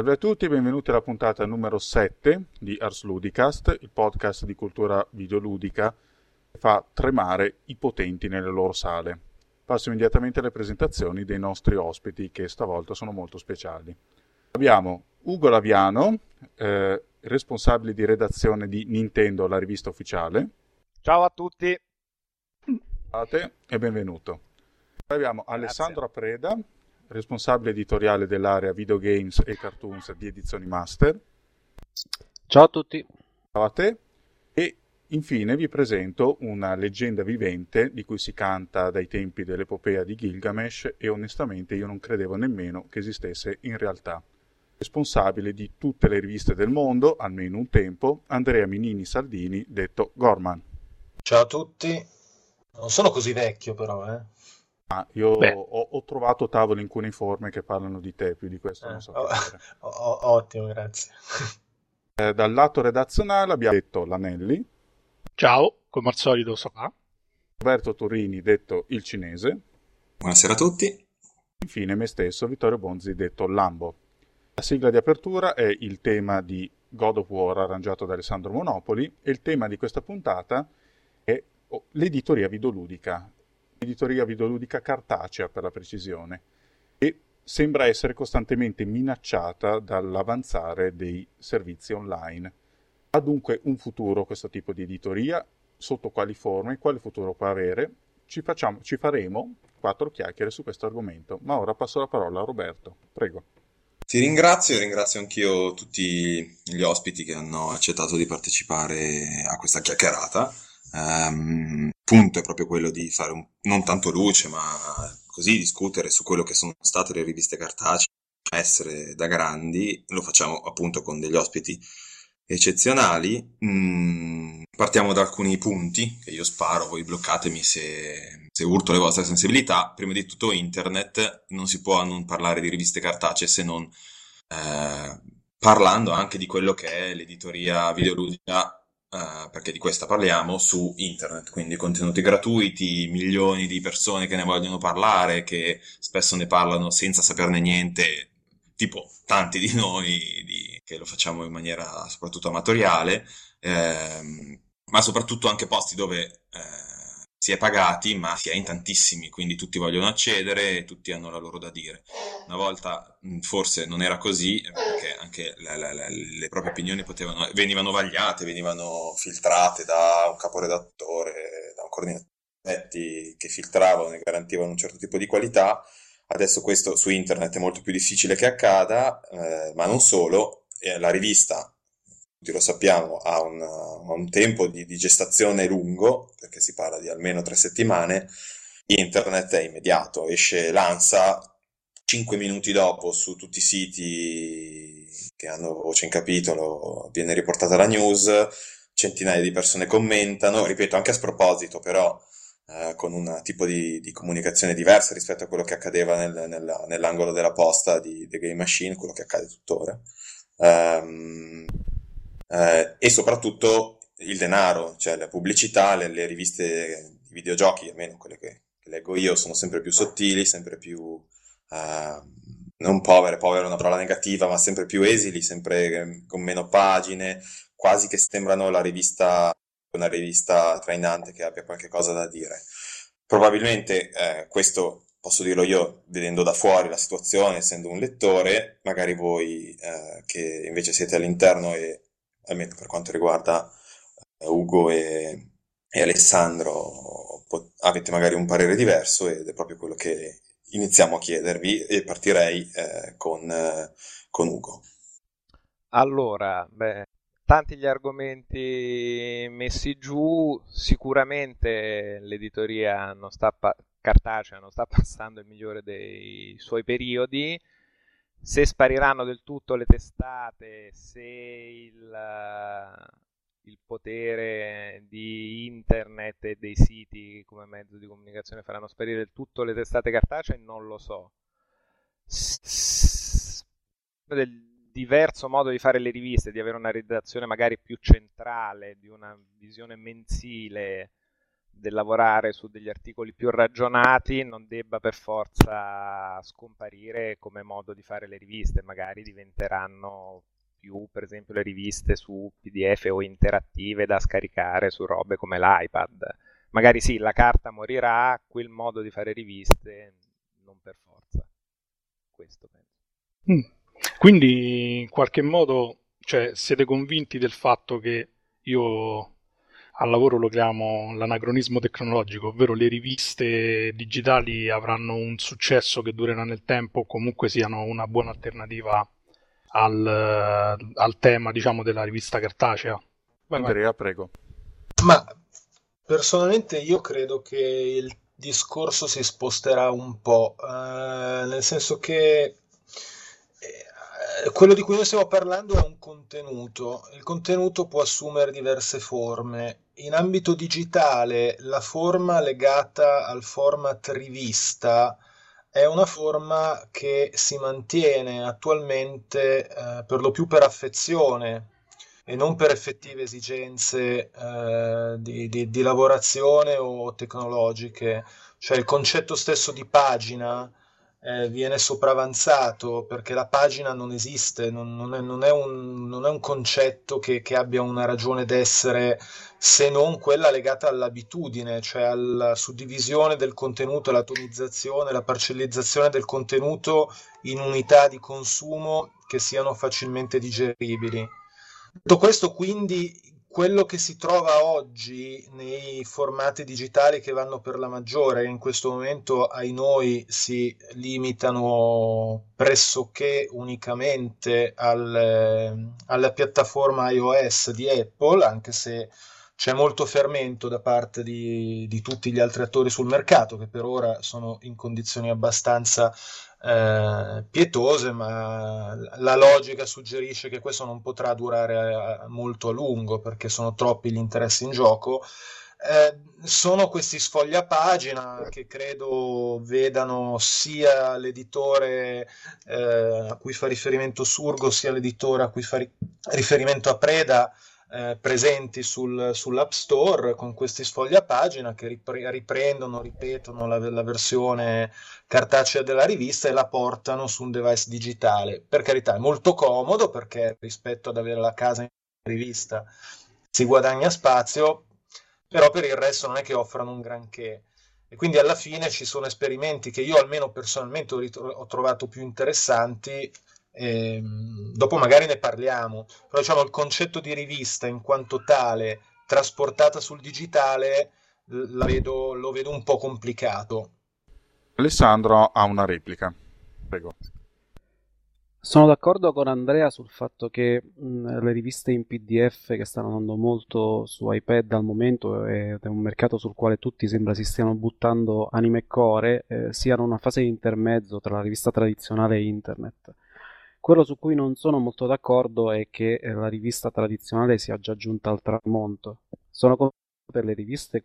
Salve a tutti e benvenuti alla puntata numero 7 di Ars Ludicast, il podcast di cultura videoludica che fa tremare i potenti nelle loro sale. Passo immediatamente alle presentazioni dei nostri ospiti che stavolta sono molto speciali. Abbiamo Ugo Laviano, responsabile di redazione di Nintendo, la rivista ufficiale. Ciao a tutti. E benvenuto. Poi abbiamo Alessandro Preda, responsabile editoriale dell'area videogames e cartoons di Edizioni Master. Ciao a tutti. Ciao a te. E infine vi presento una leggenda vivente di cui si canta dai tempi dell'epopea di Gilgamesh e onestamente io non credevo nemmeno che esistesse in realtà. Responsabile di tutte le riviste del mondo, almeno un tempo, Andrea Minini Saldini, detto Gorman. Ciao a tutti. Non sono così vecchio però, Io ho trovato tavole in cuneiforme che parlano di te, più di questo non so che dire. Ottimo, grazie. Dal lato redazionale abbiamo detto Lanelli. Ciao, come al solito sono qua. Roberto Turini, detto il cinese. Buonasera a tutti. Infine me stesso, Vittorio Bonzi, detto Lambo. La sigla di apertura è il tema di God of War arrangiato da Alessandro Monopoli e il tema di questa puntata è l'editoria videoludica. Editoria videoludica cartacea per la precisione, e sembra essere costantemente minacciata dall'avanzare dei servizi online. Ha dunque un futuro questo tipo di editoria? Sotto quali forme? Quale futuro può avere? Ci faremo 4 chiacchiere su questo argomento, ma ora passo la parola a Roberto. Prego. Ti ringrazio anch'io tutti gli ospiti che hanno accettato di partecipare a questa chiacchierata. Il punto è proprio quello di fare non tanto luce, ma così discutere su quello che sono state le riviste cartacee, essere da grandi. Lo facciamo appunto con degli ospiti eccezionali. Partiamo da alcuni punti che io sparo, voi bloccatemi se urto le vostre sensibilità. Prima di tutto internet, non si può non parlare di riviste cartacee se non parlando anche di quello che è l'editoria videoludica, perché di questa parliamo su internet, quindi contenuti gratuiti, milioni di persone che ne vogliono parlare, che spesso ne parlano senza saperne niente, tipo tanti di noi che lo facciamo in maniera soprattutto amatoriale, ma soprattutto anche posti dove si è pagati, ma si è in tantissimi, quindi tutti vogliono accedere e tutti hanno la loro da dire. Una volta forse non era così, perché anche le proprie opinioni venivano vagliate, venivano filtrate da un caporedattore, da un coordinatore che filtravano e garantivano un certo tipo di qualità. Adesso questo su internet è molto più difficile che accada, ma non solo. La rivista, tutti lo sappiamo, ha un tempo di gestazione lungo, perché si parla di almeno 3 settimane. Internet è immediato, esce l'ANSA 5 minuti dopo su tutti i siti che hanno voce in capitolo, viene riportata la news, centinaia di persone commentano, ripeto anche a sproposito, però con un tipo di comunicazione diversa rispetto a quello che accadeva nell'angolo della posta di The Game Machine, quello che accade tuttora. E soprattutto il denaro, cioè la pubblicità, le riviste di videogiochi, almeno quelle che leggo io, sono sempre più sottili, sempre più non povere è una parola negativa, ma sempre più esili, sempre con meno pagine, quasi che sembrano una rivista trainante che abbia qualche cosa da dire. Probabilmente questo posso dirlo io vedendo da fuori la situazione, essendo un lettore, magari voi che invece siete all'interno e almeno per quanto riguarda Ugo e Alessandro avete magari un parere diverso, ed è proprio quello che iniziamo a chiedervi, e partirei con Ugo. Allora, tanti gli argomenti messi giù, sicuramente l'editoria cartacea non sta passando il migliore dei suoi periodi. Se spariranno del tutto le testate, se il potere di internet e dei siti come mezzo di comunicazione faranno sparire del tutto le testate cartacee, non lo so. Del diverso modo di fare le riviste, di avere una redazione magari più centrale, di una visione mensile del lavorare su degli articoli più ragionati non debba per forza scomparire come modo di fare le riviste, magari diventeranno più, per esempio, le riviste su PDF o interattive da scaricare su robe come l'iPad. Magari sì, la carta morirà, quel modo di fare riviste non per forza. Questo penso. Quindi in qualche modo, cioè, siete convinti del fatto che io al lavoro lo chiamo l'anacronismo tecnologico, ovvero le riviste digitali avranno un successo che durerà nel tempo o comunque siano una buona alternativa al tema, diciamo, della rivista cartacea? Vai. Andrea, prego. Ma personalmente io credo che il discorso si sposterà un po', nel senso che quello di cui noi stiamo parlando è un contenuto. Il contenuto può assumere diverse forme. In ambito digitale, la forma legata al format rivista è una forma che si mantiene attualmente per lo più per affezione e non per effettive esigenze di lavorazione o tecnologiche. Cioè il concetto stesso di pagina viene sopravanzato perché la pagina non esiste, non è un concetto che abbia una ragione d'essere se non quella legata all'abitudine, cioè alla suddivisione del contenuto, l'atomizzazione, la parcellizzazione del contenuto in unità di consumo che siano facilmente digeribili. Detto questo, quindi, quello che si trova oggi nei formati digitali che vanno per la maggiore, in questo momento ai noi si limitano pressoché unicamente alla piattaforma iOS di Apple, anche se c'è molto fermento da parte di tutti gli altri attori sul mercato, che per ora sono in condizioni abbastanza pietose, ma la logica suggerisce che questo non potrà durare molto a lungo perché sono troppi gli interessi in gioco. Sono questi sfogliapagina che credo vedano sia l'editore a cui fa riferimento Surgo, sia l'editore a cui fa riferimento Apreda presenti sull'App Store con questi sfogliapagina che riprendono, ripetono la versione cartacea della rivista e la portano su un device digitale. Per carità, è molto comodo perché rispetto ad avere la casa in rivista si guadagna spazio, però per il resto non è che offrano un granché. E quindi alla fine ci sono esperimenti che io almeno personalmente ho trovato più interessanti. Dopo magari ne parliamo, però diciamo il concetto di rivista in quanto tale trasportata sul digitale lo vedo un po' complicato. Alessandro ha una replica. Prego. Sono d'accordo con Andrea sul fatto che le riviste in PDF che stanno andando molto su iPad al momento ed è un mercato sul quale tutti sembra si stiano buttando anima e core, siano una fase di intermezzo tra la rivista tradizionale e internet. Quello su cui non sono molto d'accordo è che la rivista tradizionale sia già giunta al tramonto. Sono convinto per le riviste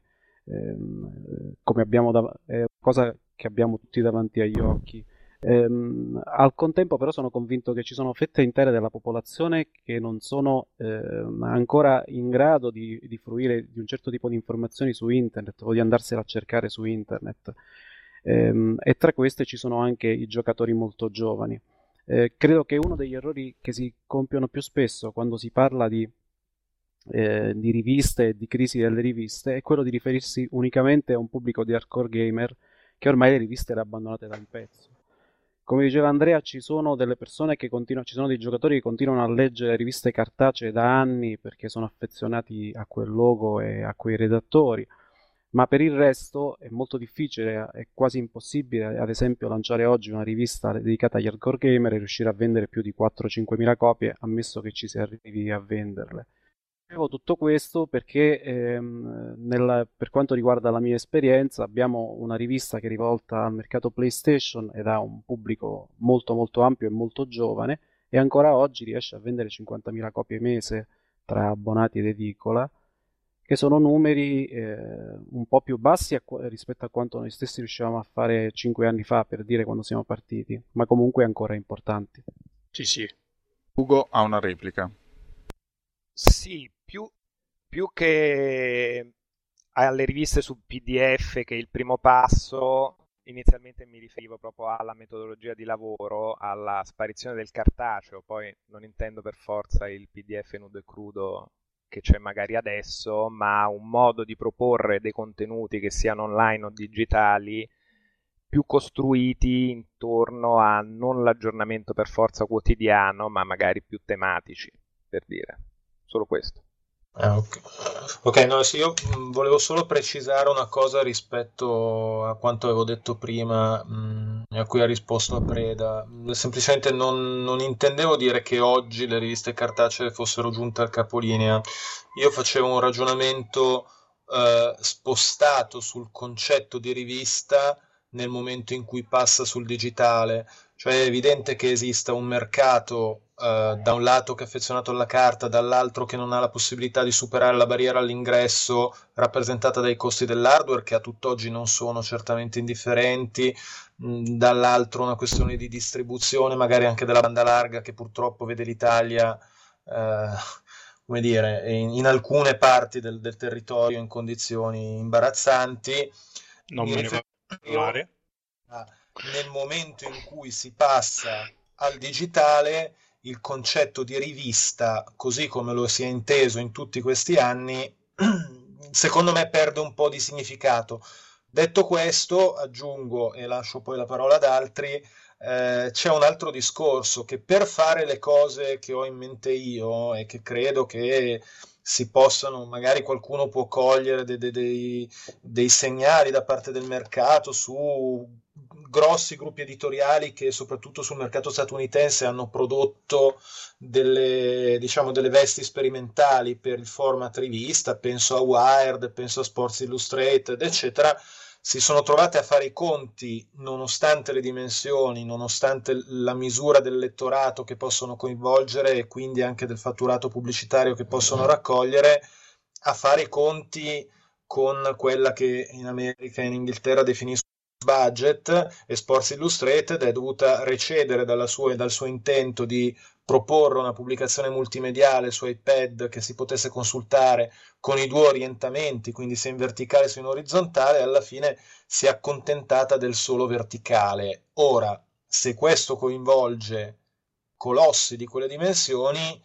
come abbiamo è una cosa che abbiamo tutti davanti agli occhi. Al contempo però sono convinto che ci sono fette intere della popolazione che non sono ancora in grado di fruire di un certo tipo di informazioni su internet o di andarsela a cercare su internet. E tra queste ci sono anche i giocatori molto giovani. Credo che uno degli errori che si compiono più spesso quando si parla di riviste e di crisi delle riviste è quello di riferirsi unicamente a un pubblico di hardcore gamer che ormai le riviste le ha abbandonate da un pezzo. Come diceva Andrea, ci sono delle persone che ci sono dei giocatori che continuano a leggere riviste cartacee da anni perché sono affezionati a quel logo e a quei redattori, ma per il resto è molto difficile, è quasi impossibile, ad esempio, lanciare oggi una rivista dedicata agli hardcore gamer e riuscire a vendere più di 4-5 mila copie, ammesso che ci si arrivi a venderle. Dicevo tutto questo perché per quanto riguarda la mia esperienza abbiamo una rivista che è rivolta al mercato PlayStation ed ha un pubblico molto molto ampio e molto giovane e ancora oggi riesce a vendere 50.000 copie mese tra abbonati ed edicola, che sono numeri un po' più bassi rispetto a quanto noi stessi riuscivamo a fare 5 anni fa, per dire, quando siamo partiti, ma comunque ancora importanti. Sì. Ugo ha una replica. Sì, più che alle riviste su PDF, che è il primo passo. Inizialmente mi riferivo proprio alla metodologia di lavoro, alla sparizione del cartaceo, poi non intendo per forza il PDF nudo e crudo che c'è magari adesso, ma un modo di proporre dei contenuti che siano online o digitali più costruiti intorno a non l'aggiornamento per forza quotidiano, ma magari più tematici, per dire. Solo questo. Ok, no, sì, io volevo solo precisare una cosa rispetto a quanto avevo detto prima, e a cui ha risposto a Preda. Semplicemente non intendevo dire che oggi le riviste cartacee fossero giunte al capolinea. Io facevo un ragionamento spostato sul concetto di rivista nel momento in cui passa sul digitale. Cioè è evidente che esista un mercato da un lato che è affezionato alla carta, dall'altro che non ha la possibilità di superare la barriera all'ingresso rappresentata dai costi dell'hardware, che a tutt'oggi non sono certamente indifferenti, dall'altro una questione di distribuzione magari anche della banda larga, che purtroppo vede l'Italia come dire, in alcune parti del territorio in condizioni imbarazzanti. Non me ne fa parlare. Nel momento in cui si passa al digitale, il concetto di rivista, così come lo si è inteso in tutti questi anni, secondo me perde un po' di significato. Detto questo, aggiungo e lascio poi la parola ad altri, c'è un altro discorso, che per fare le cose che ho in mente io e che credo che si possano, magari qualcuno può cogliere dei segnali da parte del mercato su grossi gruppi editoriali che soprattutto sul mercato statunitense hanno prodotto diciamo, delle vesti sperimentali per il format rivista, penso a Wired, penso a Sports Illustrated, eccetera. Si sono trovate a fare i conti, nonostante le dimensioni, nonostante la misura del lettorato che possono coinvolgere e quindi anche del fatturato pubblicitario che possono raccogliere, a fare i conti con quella che in America e in Inghilterra definiscono budget, e Sports Illustrated è dovuta recedere dal suo intento di proporre una pubblicazione multimediale su iPad che si potesse consultare con i due orientamenti, quindi sia in verticale sia in orizzontale, alla fine si è accontentata del solo verticale. Ora, se questo coinvolge colossi di quelle dimensioni,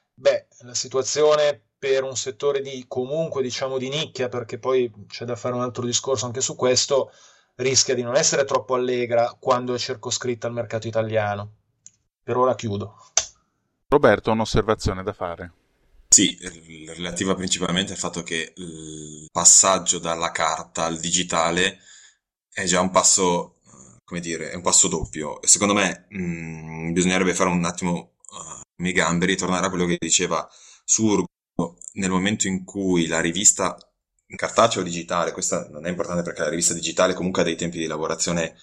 la situazione per un settore comunque diciamo di nicchia, perché poi c'è da fare un altro discorso anche su questo, rischia di non essere troppo allegra quando è circoscritta al mercato italiano. Per ora chiudo. Roberto ha un'osservazione da fare. Sì, relativa principalmente al fatto che il passaggio dalla carta al digitale è già un passo, come dire, è un passo doppio. Secondo me bisognerebbe fare un attimo i gamberi, tornare a quello che diceva Surgo, nel momento in cui la rivista cartacea o digitale, questa non è importante perché la rivista digitale comunque ha dei tempi di lavorazione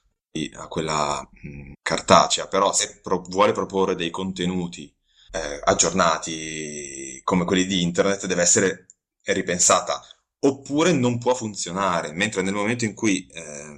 a quella cartacea, però se vuole proporre dei contenuti aggiornati come quelli di internet deve essere ripensata, oppure non può funzionare, mentre nel momento in cui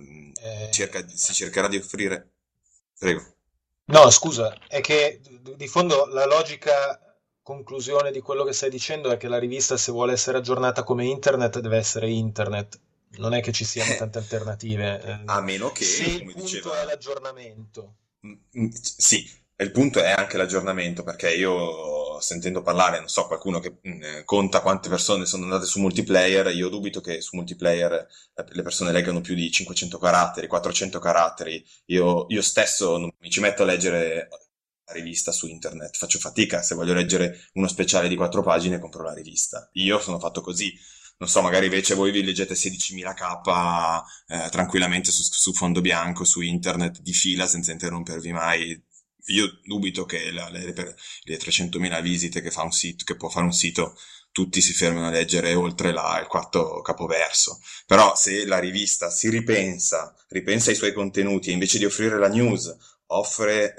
si cercherà di offrire... Prego. No, scusa, è che di fondo la logica conclusione di quello che stai dicendo è che la rivista, se vuole essere aggiornata come internet, deve essere internet. Non è che ci siano tante alternative. A meno che, se il come punto diceva... è l'aggiornamento. Sì, il punto è anche l'aggiornamento, perché io sentendo parlare, non so, qualcuno che conta quante persone sono andate su multiplayer, io dubito che su multiplayer le persone leggano più di 500 caratteri, 400 caratteri. Io stesso non mi ci metto a leggere la rivista su internet, faccio fatica, se voglio leggere uno speciale di 4 pagine compro la rivista. Io sono fatto così. Non so, magari invece voi vi leggete 16.000K tranquillamente su fondo bianco, su internet di fila senza interrompervi mai. Io dubito che le 300.000 visite che fa un sito, che può fare un sito, tutti si fermano a leggere oltre il quarto capoverso. Però se la rivista si ripensa ai suoi contenuti e invece di offrire la news offre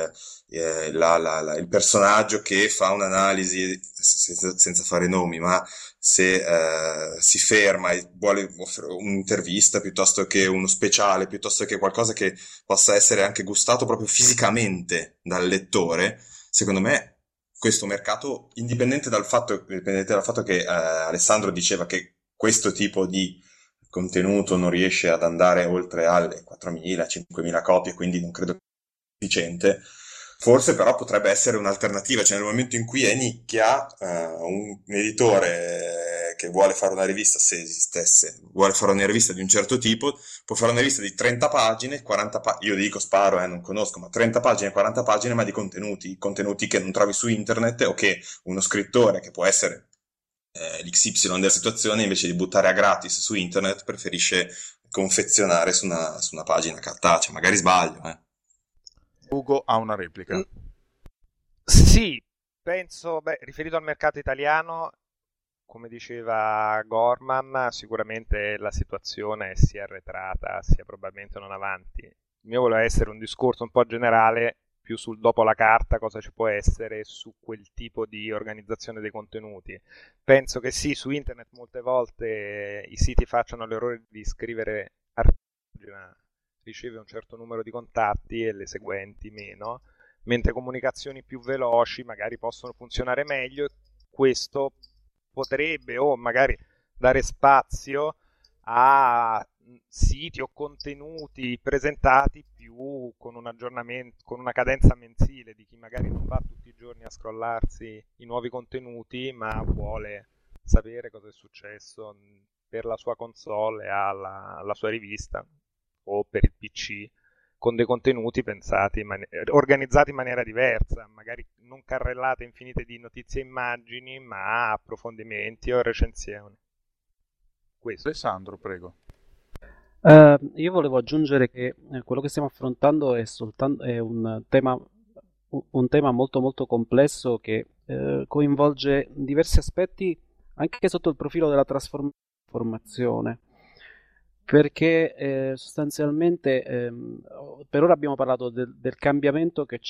il personaggio che fa un'analisi senza fare nomi, ma se si ferma e vuole offrire un'intervista piuttosto che uno speciale, piuttosto che qualcosa che possa essere anche gustato proprio fisicamente dal lettore, secondo me questo mercato, indipendente dal fatto che Alessandro diceva che questo tipo di contenuto non riesce ad andare oltre alle 4.000-5.000 copie, quindi non credo sia sufficiente. Forse però potrebbe essere un'alternativa, cioè nel momento in cui è nicchia, un editore che vuole fare una rivista, se esistesse, vuole fare una rivista di un certo tipo, può fare una rivista di 30 pagine, 40 io dico sparo, non conosco, ma 30 pagine, 40 pagine, ma di contenuti che non trovi su internet, o che uno scrittore, che può essere l'XY della situazione, invece di buttare a gratis su internet, preferisce confezionare su una pagina cartacea. Magari sbaglio, Ugo ha una replica. Sì, penso, riferito al mercato italiano, come diceva Gorman, sicuramente la situazione sia arretrata, sia probabilmente non avanti. Il mio voleva essere un discorso un po' generale, più sul dopo la carta, cosa ci può essere su quel tipo di organizzazione dei contenuti. Penso che sì, su internet molte volte i siti facciano l'errore di scrivere articoli, riceve un certo numero di contatti e le seguenti meno, mentre comunicazioni più veloci magari possono funzionare meglio. Questo potrebbe o magari dare spazio a siti o contenuti presentati più con un aggiornamento, con una cadenza mensile di chi magari non va tutti i giorni a scrollarsi i nuovi contenuti, ma vuole sapere cosa è successo per la sua console e alla sua rivista o per il PC, con dei contenuti pensati, organizzati in maniera diversa, magari non carrellate infinite di notizie e immagini, ma approfondimenti o recensioni. Questo. Alessandro, prego. Io volevo aggiungere che quello che stiamo affrontando è un tema molto molto complesso che coinvolge diversi aspetti anche sotto il profilo della trasformazione. Perché sostanzialmente per ora abbiamo parlato del cambiamento che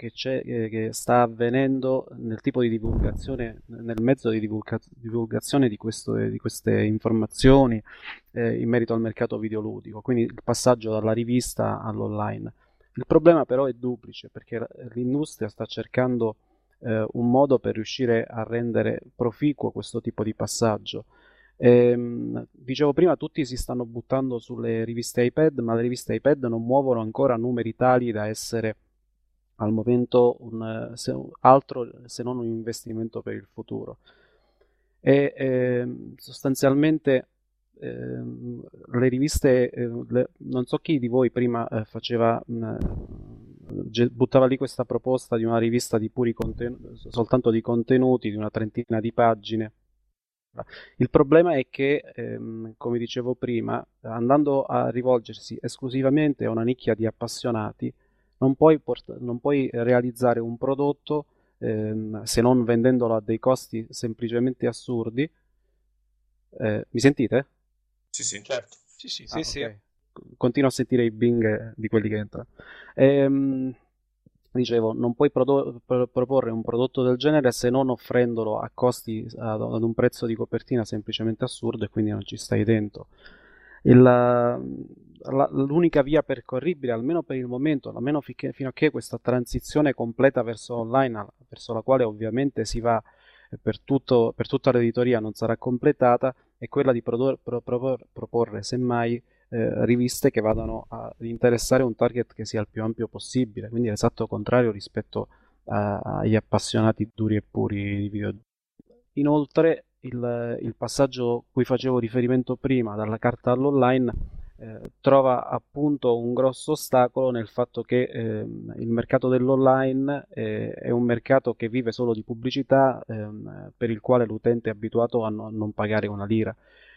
sta avvenendo nel tipo di divulgazione, nel mezzo di divulgazione di queste informazioni in merito al mercato videoludico, quindi il passaggio dalla rivista all'online. Il problema però è duplice, perché l'industria sta cercando un modo per riuscire a rendere proficuo questo tipo di passaggio. Dicevo prima, tutti si stanno buttando sulle riviste iPad, ma le riviste iPad non muovono ancora numeri tali da essere al momento altro se non un investimento per il futuro. Sostanzialmente le riviste, non so chi di voi prima buttava lì questa proposta di una rivista di soltanto di contenuti, di una trentina di pagine. Il problema è che, come dicevo prima, andando a rivolgersi esclusivamente a una nicchia di appassionati, non puoi realizzare un prodotto se non vendendolo a dei costi semplicemente assurdi. Mi sentite? Sì, certo. Sì. Okay. Continuo a sentire i bing di quelli che entrano. Dicevo, non puoi proporre un prodotto del genere se non offrendolo a costi ad un prezzo di copertina semplicemente assurdo, e quindi non ci stai dentro. L'unica via percorribile, almeno per il momento, almeno fino a che questa transizione completa verso online, verso la quale ovviamente si va per tutta l'editoria, non sarà completata, è quella di proporre semmai riviste che vadano ad interessare un target che sia il più ampio possibile, quindi l'esatto contrario rispetto agli appassionati duri e puri di videogiochi. Inoltre il passaggio cui facevo riferimento prima, dalla carta all'online, trova appunto un grosso ostacolo nel fatto che il mercato dell'online è un mercato che vive solo di pubblicità, per il quale l'utente è abituato a non pagare una lira.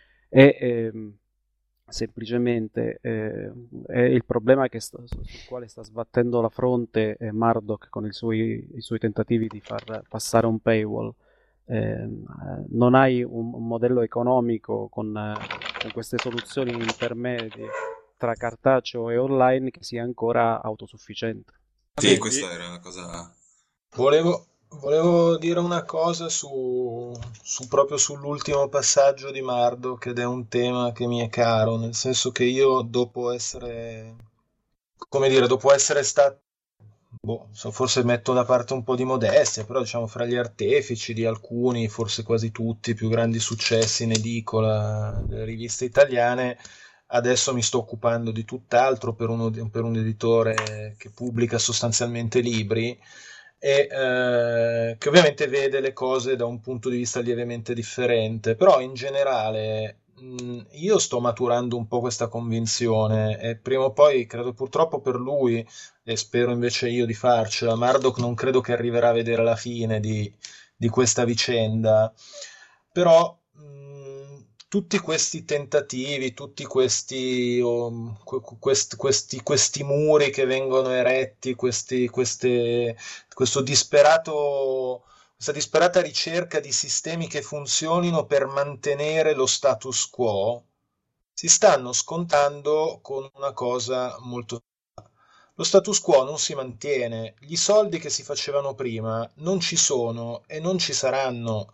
Semplicemente è il problema sul quale sta sbattendo la fronte Murdoch con i suoi tentativi di far passare un paywall. Non hai un modello economico con queste soluzioni intermedie tra cartaceo e online che sia ancora autosufficiente. Sì, questa era una cosa. Volevo dire una cosa proprio sull'ultimo passaggio di Murdoch, ed è un tema che mi è caro, nel senso che io dopo essere stato forse metto da parte un po' di modestia, però diciamo fra gli artefici di alcuni, forse quasi tutti, i più grandi successi in edicola delle riviste italiane, adesso mi sto occupando di tutt'altro per un editore che pubblica sostanzialmente libri e che ovviamente vede le cose da un punto di vista lievemente differente, però in generale io sto maturando un po' questa convinzione e prima o poi, credo purtroppo per lui, e spero invece io di farcela, Murdoch non credo che arriverà a vedere la fine di questa vicenda, però tutti questi tentativi, tutti questi muri che vengono eretti, questo questa disperata ricerca di sistemi che funzionino per mantenere lo status quo, si stanno scontando con una cosa molto. Lo status quo non si mantiene, gli soldi che si facevano prima non ci sono e non ci saranno.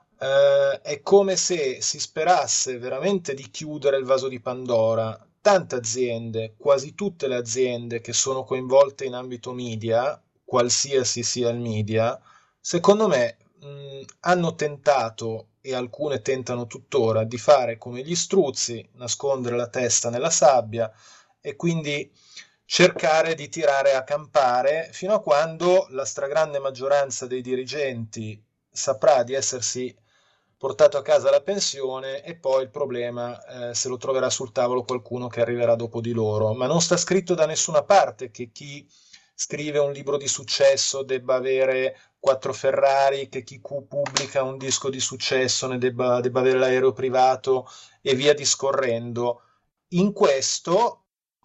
È come se si sperasse veramente di chiudere il vaso di Pandora. Tante aziende, quasi tutte le aziende che sono coinvolte in ambito media, qualsiasi sia il media, secondo me, hanno tentato e alcune tentano tuttora di fare come gli struzzi, nascondere la testa nella sabbia e quindi cercare di tirare a campare fino a quando la stragrande maggioranza dei dirigenti saprà di essersi portato a casa la pensione e poi il problema se lo troverà sul tavolo qualcuno che arriverà dopo di loro. Ma non sta scritto da nessuna parte che chi scrive un libro di successo debba avere 4 Ferrari, che chi pubblica un disco di successo ne debba avere l'aereo privato e via discorrendo. In questo,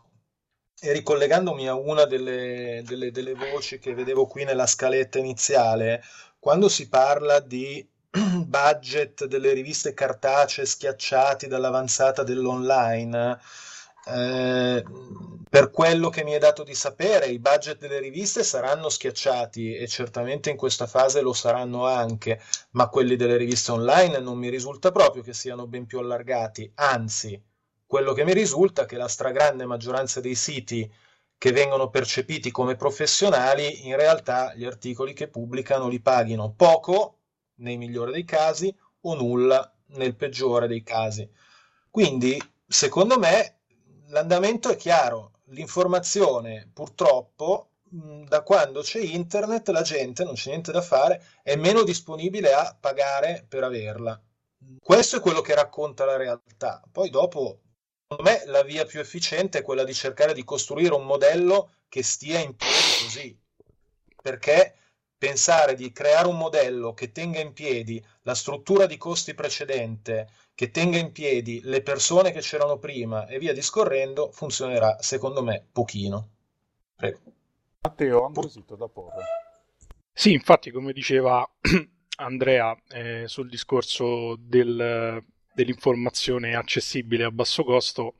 e ricollegandomi a una delle voci che vedevo qui nella scaletta iniziale, quando si parla di budget delle riviste cartacee schiacciati dall'avanzata dell'online, eh, per quello che mi è dato di sapere, i budget delle riviste saranno schiacciati e certamente in questa fase lo saranno anche, ma quelli delle riviste online non mi risulta proprio che siano ben più allargati, anzi, quello che mi risulta è che la stragrande maggioranza dei siti che vengono percepiti come professionali, in realtà gli articoli che pubblicano li paghino poco, nei migliori dei casi, o nulla nel peggiore dei casi. Quindi, secondo me, l'andamento è chiaro. L'informazione, purtroppo, da quando c'è internet, la gente, non c'è niente da fare, è meno disponibile a pagare per averla. Questo è quello che racconta la realtà. Poi dopo, secondo me, la via più efficiente è quella di cercare di costruire un modello che stia in piedi così. Perché pensare di creare un modello che tenga in piedi la struttura di costi precedente, che tenga in piedi le persone che c'erano prima e via discorrendo, funzionerà, secondo me, pochino. Prego. Matteo, ha un quesito da porre. Sì, infatti, come diceva Andrea, sul discorso dell'informazione accessibile a basso costo,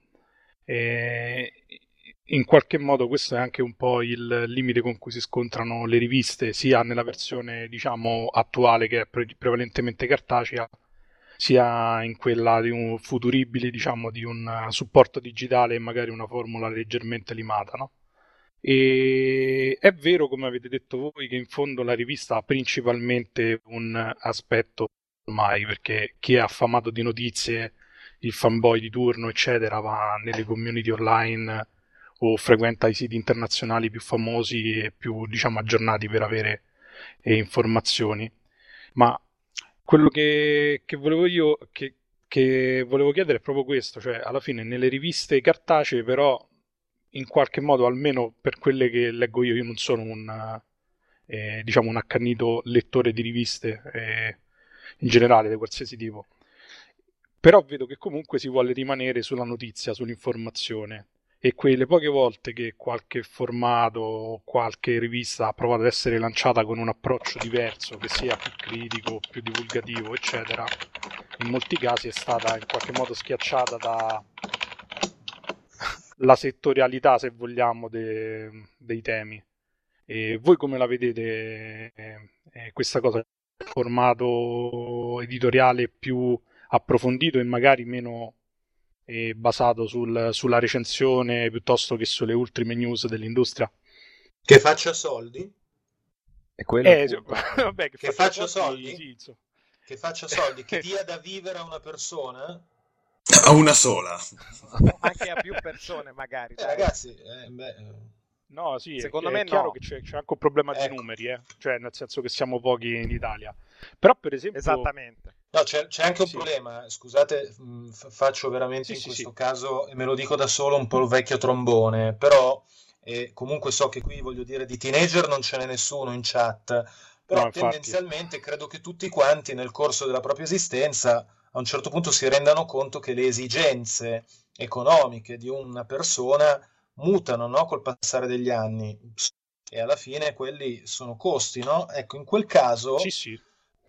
in qualche modo questo è anche un po' il limite con cui si scontrano le riviste, sia nella versione, diciamo, attuale, che è prevalentemente cartacea, sia in quella di un futuribile, diciamo, di un supporto digitale e magari una formula leggermente limata, no? E è vero, come avete detto voi, che in fondo la rivista ha principalmente un aspetto ormai, perché chi è affamato di notizie, il fanboy di turno, eccetera, va nelle community online o frequenta i siti internazionali più famosi e più, diciamo, aggiornati per avere informazioni. Ma quello che volevo io, che volevo chiedere è proprio questo, cioè alla fine nelle riviste cartacee però in qualche modo, almeno per quelle che leggo io non sono diciamo un accanito lettore di riviste in generale di qualsiasi tipo, però vedo che comunque si vuole rimanere sulla notizia, sull'informazione, e quelle poche volte che qualche formato, qualche rivista ha provato ad essere lanciata con un approccio diverso, che sia più critico, più divulgativo, eccetera, in molti casi è stata in qualche modo schiacciata da la settorialità, se vogliamo, dei temi. E voi come la vedete questa cosa? Formato editoriale più approfondito e magari meno basato sulla recensione piuttosto che sulle ultime news dell'industria? Che faccia soldi? E quello è il punto. vabbè, Che faccia soldi? Sì, insomma. Che faccia soldi? Che dia da vivere a una persona? A una sola. Anche a più persone magari, dai. Ragazzi, No, sì, Secondo è me chiaro no. che c'è anche un problema di Ecco. numeri, cioè nel senso che siamo pochi in Italia. Però per esempio... Esattamente. No, c'è anche un Sì. problema, scusate, faccio veramente Sì, in sì, questo sì. caso, e me lo dico da solo, un po' il vecchio trombone, però comunque so che qui, voglio dire, di teenager non ce n'è nessuno in chat, No, però infatti. tendenzialmente credo che tutti quanti nel corso della propria esistenza a un certo punto si rendano conto che le esigenze economiche di una persona mutano, no, col passare degli anni e alla fine quelli sono costi, no? Ecco, in quel Sì, caso sì.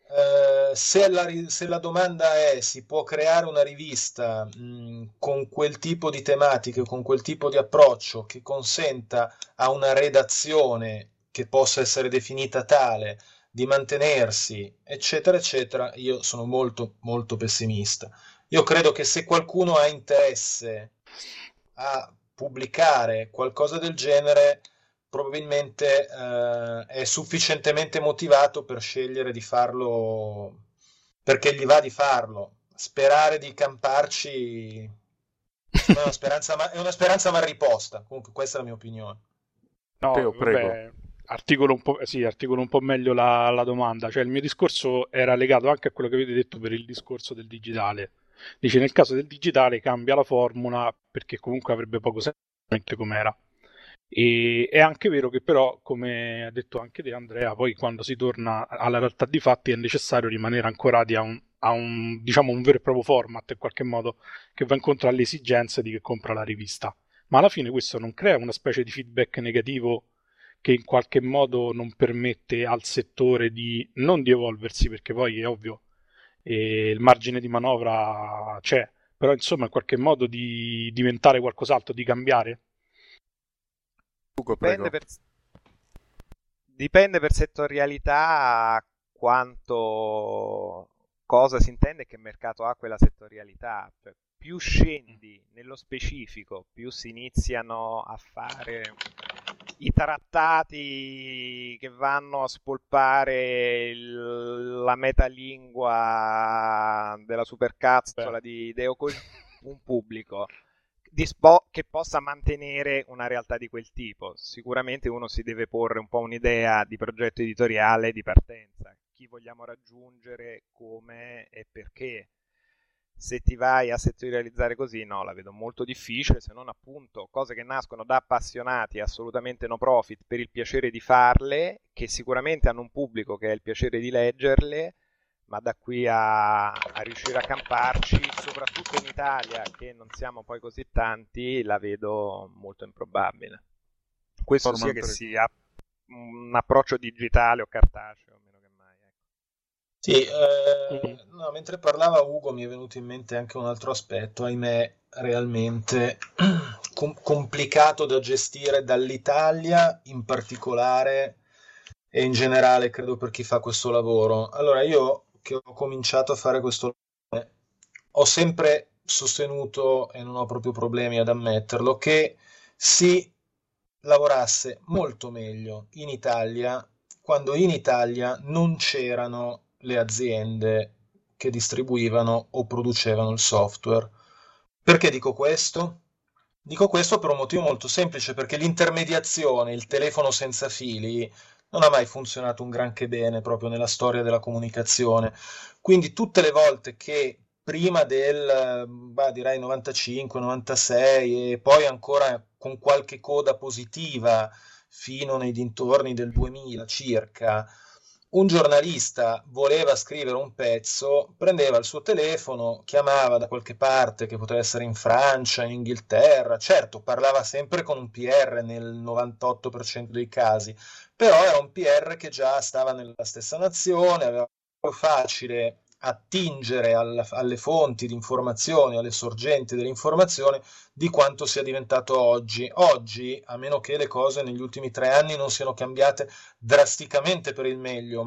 se la domanda è si può creare una rivista con quel tipo di tematiche, con quel tipo di approccio che consenta a una redazione che possa essere definita tale di mantenersi, eccetera, eccetera, io sono molto, molto pessimista. Io credo che se qualcuno ha interesse a pubblicare qualcosa del genere, probabilmente è sufficientemente motivato per scegliere di farlo perché gli va di farlo. Sperare di camparci, secondo me è una speranza mal riposta. Comunque, questa è la mia opinione. No, Teo, prego. vabbè, articolo un po' meglio la domanda. Cioè, il mio discorso era legato anche a quello che avete detto per il discorso del digitale. Dice, nel caso del digitale cambia la formula perché comunque avrebbe poco senso com'era. E è anche vero che però, come ha detto anche te Andrea, poi quando si torna alla realtà di fatti è necessario rimanere ancorati diciamo, un vero e proprio format in qualche modo che va incontro alle esigenze di chi compra la rivista. Ma alla fine questo non crea una specie di feedback negativo che in qualche modo non permette al settore non di evolversi, perché poi è ovvio, il margine di manovra c'è, però insomma in qualche modo di diventare qualcos'altro, di cambiare. Ugo, Dipende prego. dipende per settorialità quanto cosa si intende e che mercato ha quella settorialità. Cioè, più scendi nello specifico, più si iniziano a fare i trattati che vanno a spolpare la metalingua della supercazzola di Hideo Kojima, un pubblico che possa mantenere una realtà di quel tipo. Sicuramente uno si deve porre un po' un'idea di progetto editoriale di partenza, chi vogliamo raggiungere, come e perché. Se ti vai a settorializzare così, no, la vedo molto difficile, se non appunto cose che nascono da appassionati assolutamente no profit per il piacere di farle, che sicuramente hanno un pubblico che ha il piacere di leggerle, ma da qui a riuscire a camparci, soprattutto in Italia, che non siamo poi così tanti, la vedo molto improbabile. Questo sia che sia un approccio digitale o cartaceo, meno che mai. Ecco. Sì, no, mentre parlava Ugo mi è venuto in mente anche un altro aspetto, ahimè, realmente complicato da gestire dall'Italia in particolare e in generale credo per chi fa questo lavoro. Allora, io che ho cominciato a fare questo lavoro, ho sempre sostenuto, e non ho proprio problemi ad ammetterlo, che si lavorasse molto meglio in Italia quando in Italia non c'erano le aziende che distribuivano o producevano il software. Perché dico questo? Dico questo per un motivo molto semplice, perché l'intermediazione, il telefono senza fili, non ha mai funzionato un granché bene proprio nella storia della comunicazione. Quindi tutte le volte che prima del, direi 95, 96 e poi ancora con qualche coda positiva fino nei dintorni del 2000 circa, un giornalista voleva scrivere un pezzo, prendeva il suo telefono, chiamava da qualche parte, che poteva essere in Francia, in Inghilterra, certo parlava sempre con un PR nel 98% dei casi, però era un PR che già stava nella stessa nazione, aveva più facile attingere alle fonti di informazione, alle sorgenti dell'informazione di quanto sia diventato oggi. Oggi, a meno che le cose negli ultimi 3 anni non siano cambiate drasticamente per il meglio, ma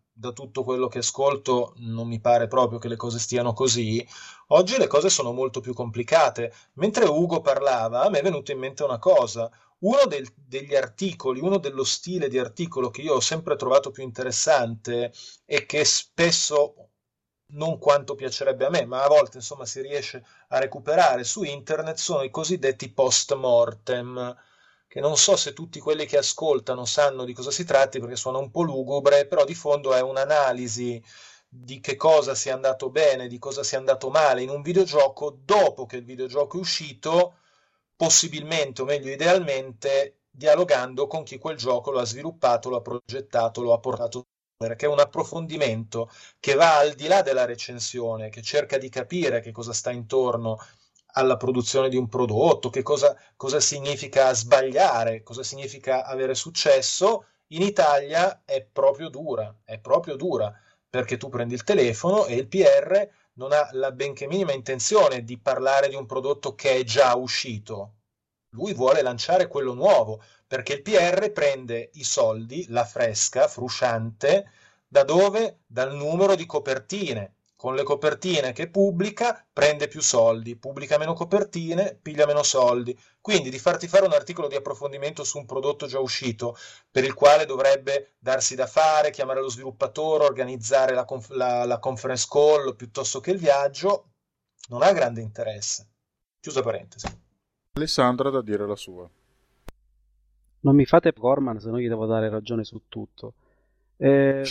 da tutto quello che ascolto non mi pare proprio che le cose stiano così. Oggi le cose sono molto più complicate. Mentre Ugo parlava, a me è venuto in mente una cosa. Degli articoli, uno dello stile di articolo che io ho sempre trovato più interessante e che spesso, non quanto piacerebbe a me, ma a volte insomma si riesce a recuperare su internet, sono i cosiddetti post-mortem, che non so se tutti quelli che ascoltano sanno di cosa si tratti perché suona un po' lugubre, però di fondo è un'analisi di che cosa sia andato bene, di cosa sia andato male in un videogioco dopo che il videogioco è uscito, possibilmente o meglio idealmente dialogando con chi quel gioco lo ha sviluppato, lo ha progettato, lo ha portato, perché è un approfondimento che va al di là della recensione, che cerca di capire che cosa sta intorno alla produzione di un prodotto, cosa significa sbagliare, cosa significa avere successo. In Italia è proprio dura, perché tu prendi il telefono e il PR non ha la benché minima intenzione di parlare di un prodotto che è già uscito. Lui vuole lanciare quello nuovo, perché il PR prende i soldi, la fresca, frusciante, da dove? Dal numero di copertine. Con le copertine che pubblica prende più soldi, pubblica meno copertine, piglia meno soldi. Quindi di farti fare un articolo di approfondimento su un prodotto già uscito, per il quale dovrebbe darsi da fare, chiamare lo sviluppatore, organizzare la conference call piuttosto che il viaggio, non ha grande interesse. Chiusa parentesi. Alessandra ha da dire la sua. Non mi fate Gorman, se no gli devo dare ragione su tutto. Il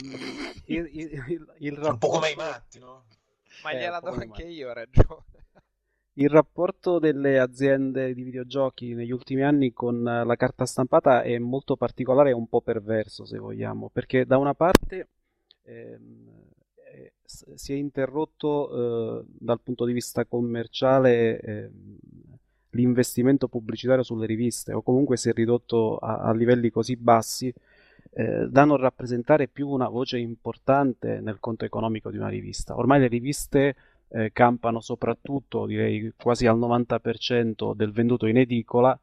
un po' come i matti, no? Ma gliela do come anche mai. io ragione. Il rapporto delle aziende di videogiochi negli ultimi anni con la carta stampata è molto particolare e un po' perverso, se vogliamo, perché da una parte si è interrotto dal punto di vista commerciale l'investimento pubblicitario sulle riviste, o comunque si è ridotto a livelli così bassi da non rappresentare più una voce importante nel conto economico di una rivista. Ormai le riviste campano soprattutto, direi quasi al 90% del venduto in edicola,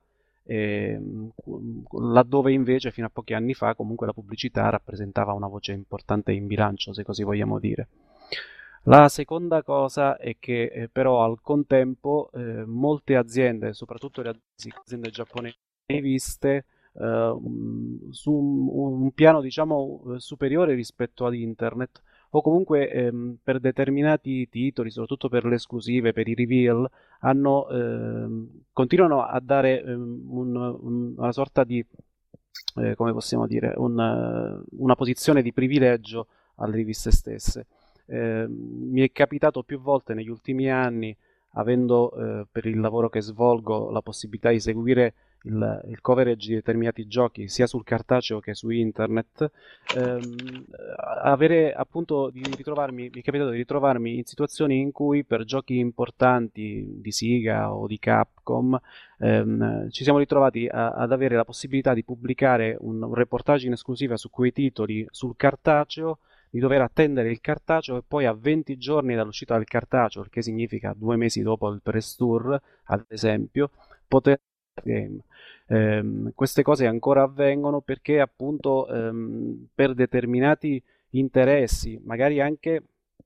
laddove invece fino a pochi anni fa comunque la pubblicità rappresentava una voce importante in bilancio, se così vogliamo dire. La seconda cosa è che però al contempo molte aziende, soprattutto le aziende giapponesi, riviste su un piano diciamo superiore rispetto ad internet, o comunque per determinati titoli, soprattutto per le esclusive, per i reveal, continuano a dare una sorta di, come possiamo dire, una posizione di privilegio alle riviste stesse. Mi è capitato più volte negli ultimi anni, avendo per il lavoro che svolgo la possibilità di seguire il coverage di determinati giochi sia sul cartaceo che su internet, avere appunto mi è capitato di ritrovarmi in situazioni in cui per giochi importanti di Sega o di Capcom ci siamo ritrovati ad avere la possibilità di pubblicare un reportage in esclusiva su quei titoli sul cartaceo, di dover attendere il cartaceo e poi a 20 giorni dall'uscita del cartaceo, il che significa 2 mesi dopo il press tour, ad esempio, poter game. Queste cose ancora avvengono perché appunto per determinati interessi, magari anche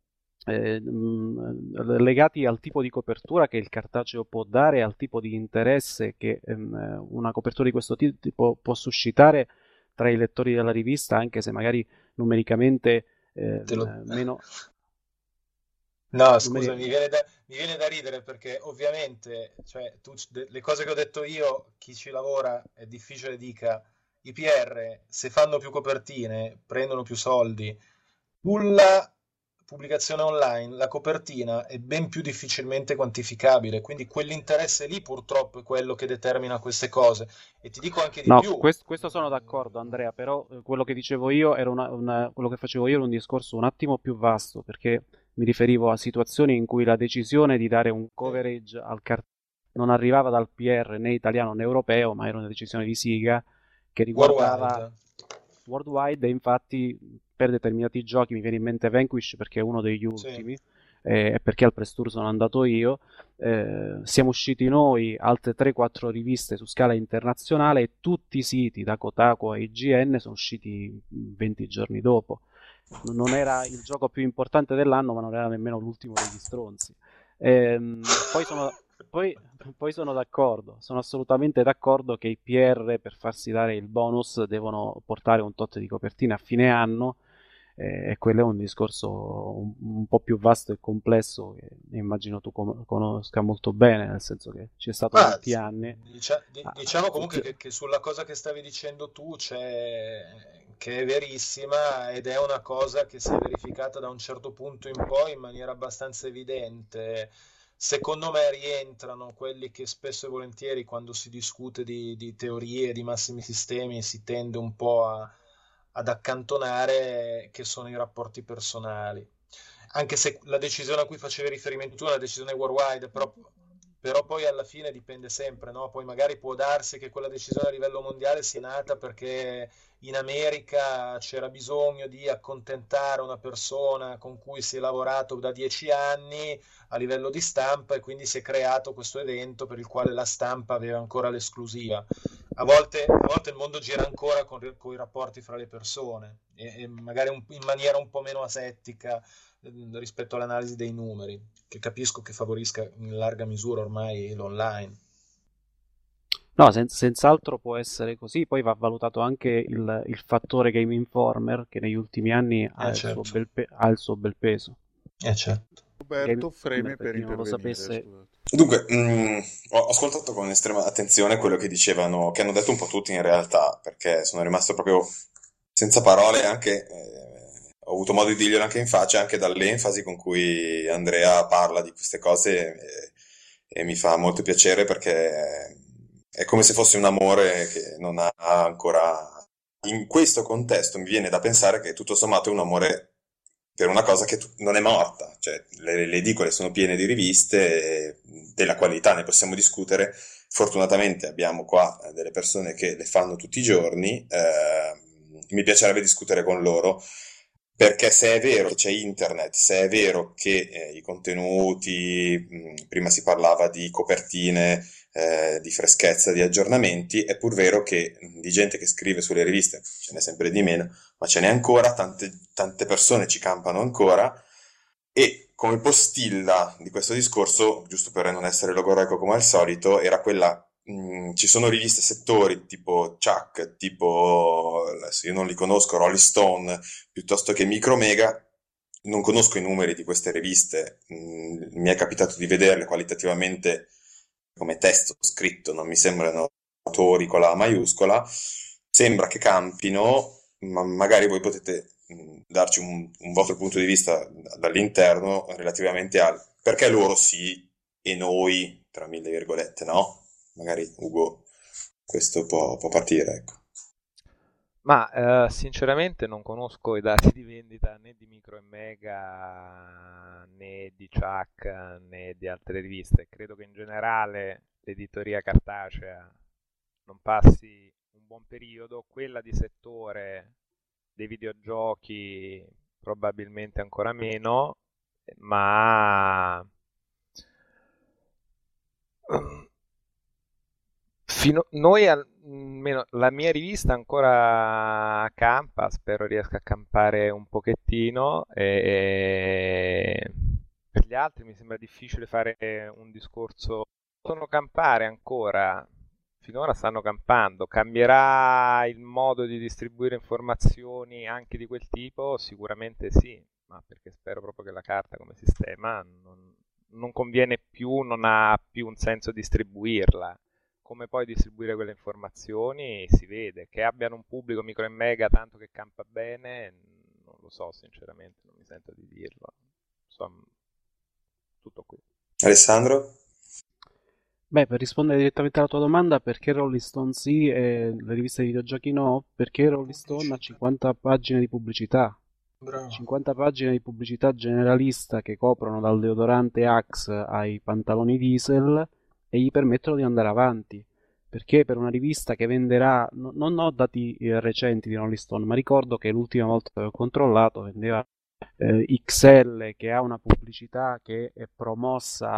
legati al tipo di copertura che il cartaceo può dare, al tipo di interesse che una copertura di questo tipo può suscitare tra i lettori della rivista, anche se magari numericamente meno. No, scusa, mi viene da ridere perché ovviamente, cioè, le cose che ho detto io, chi ci lavora è difficile dica, i PR se fanno più copertine prendono più soldi. Sulla pubblicazione online la copertina è ben più difficilmente quantificabile, quindi quell'interesse lì purtroppo è quello che determina queste cose. E ti dico anche di No, più. questo sono d'accordo, Andrea, però quello che dicevo io era quello che facevo io era un discorso un attimo più vasto, perché mi riferivo a situazioni in cui la decisione di dare un coverage al cartaceo non arrivava dal PR né italiano né europeo, ma era una decisione di Sega che riguardava worldwide, e infatti per determinati giochi mi viene in mente Vanquish perché è uno degli ultimi, e perché al press tour sono andato io, siamo usciti noi, altre 3-4 riviste su scala internazionale, e tutti i siti da Kotaku a IGN sono usciti 20 giorni dopo. non era il gioco più importante dell'anno, ma non era nemmeno l'ultimo degli stronzi. Poi sono, poi, poi sono d'accordo, sono assolutamente d'accordo che i PR per farsi dare il bonus devono portare un tot di copertine a fine anno, e quello è un discorso un po' più vasto e complesso che immagino tu conosca molto bene, nel senso che ci è stato Ma molti anni. diciamo comunque Cioè, che sulla cosa che stavi dicendo tu che è verissima ed è una cosa che si è verificata da un certo punto in poi in maniera abbastanza evidente. Secondo me rientrano quelli che spesso e volentieri quando si discute di teorie, di massimi sistemi, si tende un po' ad accantonare, che sono i rapporti personali. Anche se la decisione a cui facevi riferimento tu è una decisione worldwide, però poi alla fine dipende sempre, no? Poi magari può darsi che quella decisione a livello mondiale sia nata perché in America c'era bisogno di accontentare una persona con cui si è lavorato da 10 anni a livello di stampa e quindi si è creato questo evento per il quale la stampa aveva ancora l'esclusiva. A volte il mondo gira ancora con i rapporti fra le persone e magari in maniera un po' meno asettica rispetto all'analisi dei numeri, che capisco che favorisca in larga misura ormai l'online. no, senz'altro può essere così, poi va valutato anche il fattore Game Informer che negli ultimi anni Certo, ha il suo bel peso. certo. Game Roberto, Informer, freme per per chi non lo intervenire, sapesse, scusate. Dunque, ho ascoltato con estrema attenzione quello che dicevano, che hanno detto un po' tutti in realtà, perché sono rimasto proprio senza parole, anche, ho avuto modo di dirglielo anche in faccia, anche dall'enfasi con cui Andrea parla di queste cose, e mi fa molto piacere perché è come se fosse un amore che non ha ancora... In questo contesto mi viene da pensare che tutto sommato è un amore per una cosa che non è morta, cioè le edicole sono piene di riviste, della qualità ne possiamo discutere, fortunatamente abbiamo qua delle persone che le fanno tutti i giorni, mi piacerebbe discutere con loro, perché se è vero che c'è internet, se è vero che i contenuti, prima si parlava di copertine, di freschezza, di aggiornamenti, è pur vero che di gente che scrive sulle riviste ce n'è sempre di meno, ma ce n'è ancora, tante persone ci campano ancora, e come postilla di questo discorso, giusto per non essere logorroico come al solito, era quella, ci sono riviste settori tipo Chuck, tipo, adesso io non li conosco, Rolling Stone, piuttosto che Micromega, non conosco i numeri di queste riviste, mi è capitato di vederle qualitativamente come testo scritto, non mi sembrano autori con la maiuscola, sembra che campino, ma magari voi potete darci un vostro punto di vista dall'interno relativamente al perché loro sì e noi, tra mille virgolette, no? Magari Ugo, questo può partire, ecco. Ma sinceramente non conosco i dati di vendita né di Micro e Mega né di Chuck né di altre riviste. Credo che in generale l'editoria cartacea non passi un buon periodo, quella di settore dei videogiochi probabilmente ancora meno, ma noi, almeno la mia rivista ancora campa, spero riesca a campare un pochettino, e per gli altri mi sembra difficile fare un discorso. Possono campare ancora, finora stanno campando. Cambierà il modo di distribuire informazioni anche di quel tipo? Sicuramente sì, ma perché spero proprio che la carta come sistema non conviene più, non ha più un senso distribuirla. Come poi distribuire quelle informazioni si vede. Che abbiano un pubblico Micro e Mega tanto che campa bene, non lo so sinceramente, non mi sento di dirlo. Insomma, tutto qui. Alessandro? beh, per rispondere direttamente alla tua domanda, perché Rolling Stone sì e le riviste di videogiochi no? Perché Rolling Stone ha Pubblicità. 50 pagine di pubblicità. Bravo. 50 pagine di pubblicità generalista che coprono dal deodorante Axe ai pantaloni Diesel e gli permettono di andare avanti. Perché per una rivista che venderà, non ho dati recenti di Rolling Stone, ma ricordo che l'ultima volta che ho controllato vendeva XL, che ha una pubblicità che è promossa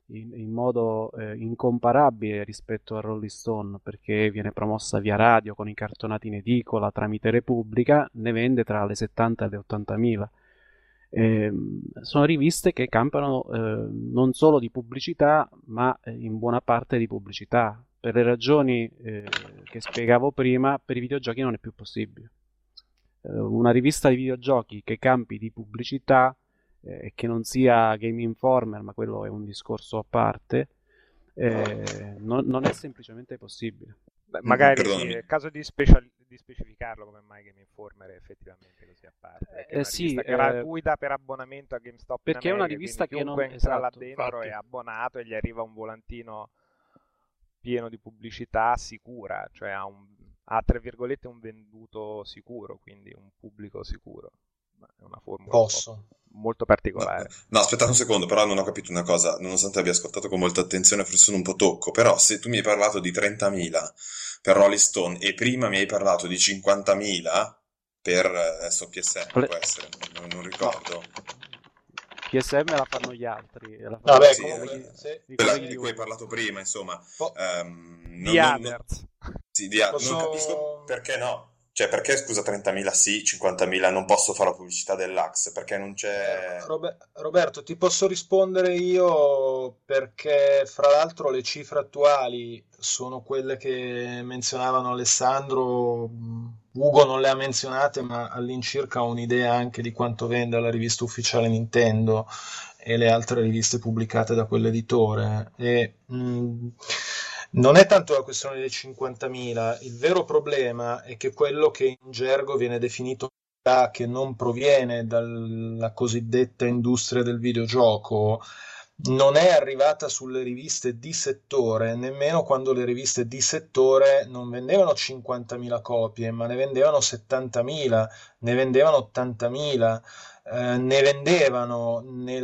in modo incomparabile rispetto a Rolling Stone, perché viene promossa via radio con i cartonati in edicola tramite Repubblica, ne vende tra le 70 e le 80.000. Sono riviste che campano non solo di pubblicità, ma in buona parte di pubblicità. Per le ragioni che spiegavo prima, per i videogiochi non è più possibile. Una rivista di videogiochi che campi di pubblicità e che non sia Game Informer, ma quello è un discorso a parte, non è semplicemente possibile. Beh, magari sì, Perdonami. è il caso di specificarlo come mai Game Informer è effettivamente così a parte. Perché è una Sì, rivista gratuita per abbonamento a GameStop in perché è una America, rivista quindi che non... chiunque entra là Esatto. dentro Infatti. è abbonato e gli arriva un volantino pieno di pubblicità sicura, cioè ha tra virgolette un venduto sicuro, quindi un pubblico sicuro. Ma è una formula un po' Posso? molto No, particolare. no, aspettate un secondo, però non ho capito una cosa, nonostante abbia ascoltato con molta attenzione, forse sono un po' tocco, però se tu mi hai parlato di 30.000 per Rolling Stone e prima mi hai parlato di 50.000 per adesso PSM, Ple- può essere, non ricordo. PSM la fanno gli altri, la fanno Vabbè, i Sì, comunque, colleghi, se, i quella colleghi di di cui hai Ugo. parlato prima, insomma, po- The non, Others. sì, non capisco posso... perché no. Cioè, perché scusa 30.000 sì, 50.000 non posso fare la pubblicità dell'Axe? Perché non c'è... Roberto, ti posso rispondere io perché fra l'altro le cifre attuali sono quelle che menzionavano Alessandro. Ugo non le ha menzionate, ma all'incirca ho un'idea anche di quanto vende la rivista ufficiale Nintendo e le altre riviste pubblicate da quell'editore. Non è tanto la questione dei 50.000, il vero problema è che quello che in gergo viene definito che non proviene dalla cosiddetta industria del videogioco non è arrivata sulle riviste di settore, nemmeno quando le riviste di settore non vendevano 50.000 copie, ma ne vendevano 70.000, ne vendevano 80.000, ne vendevano nel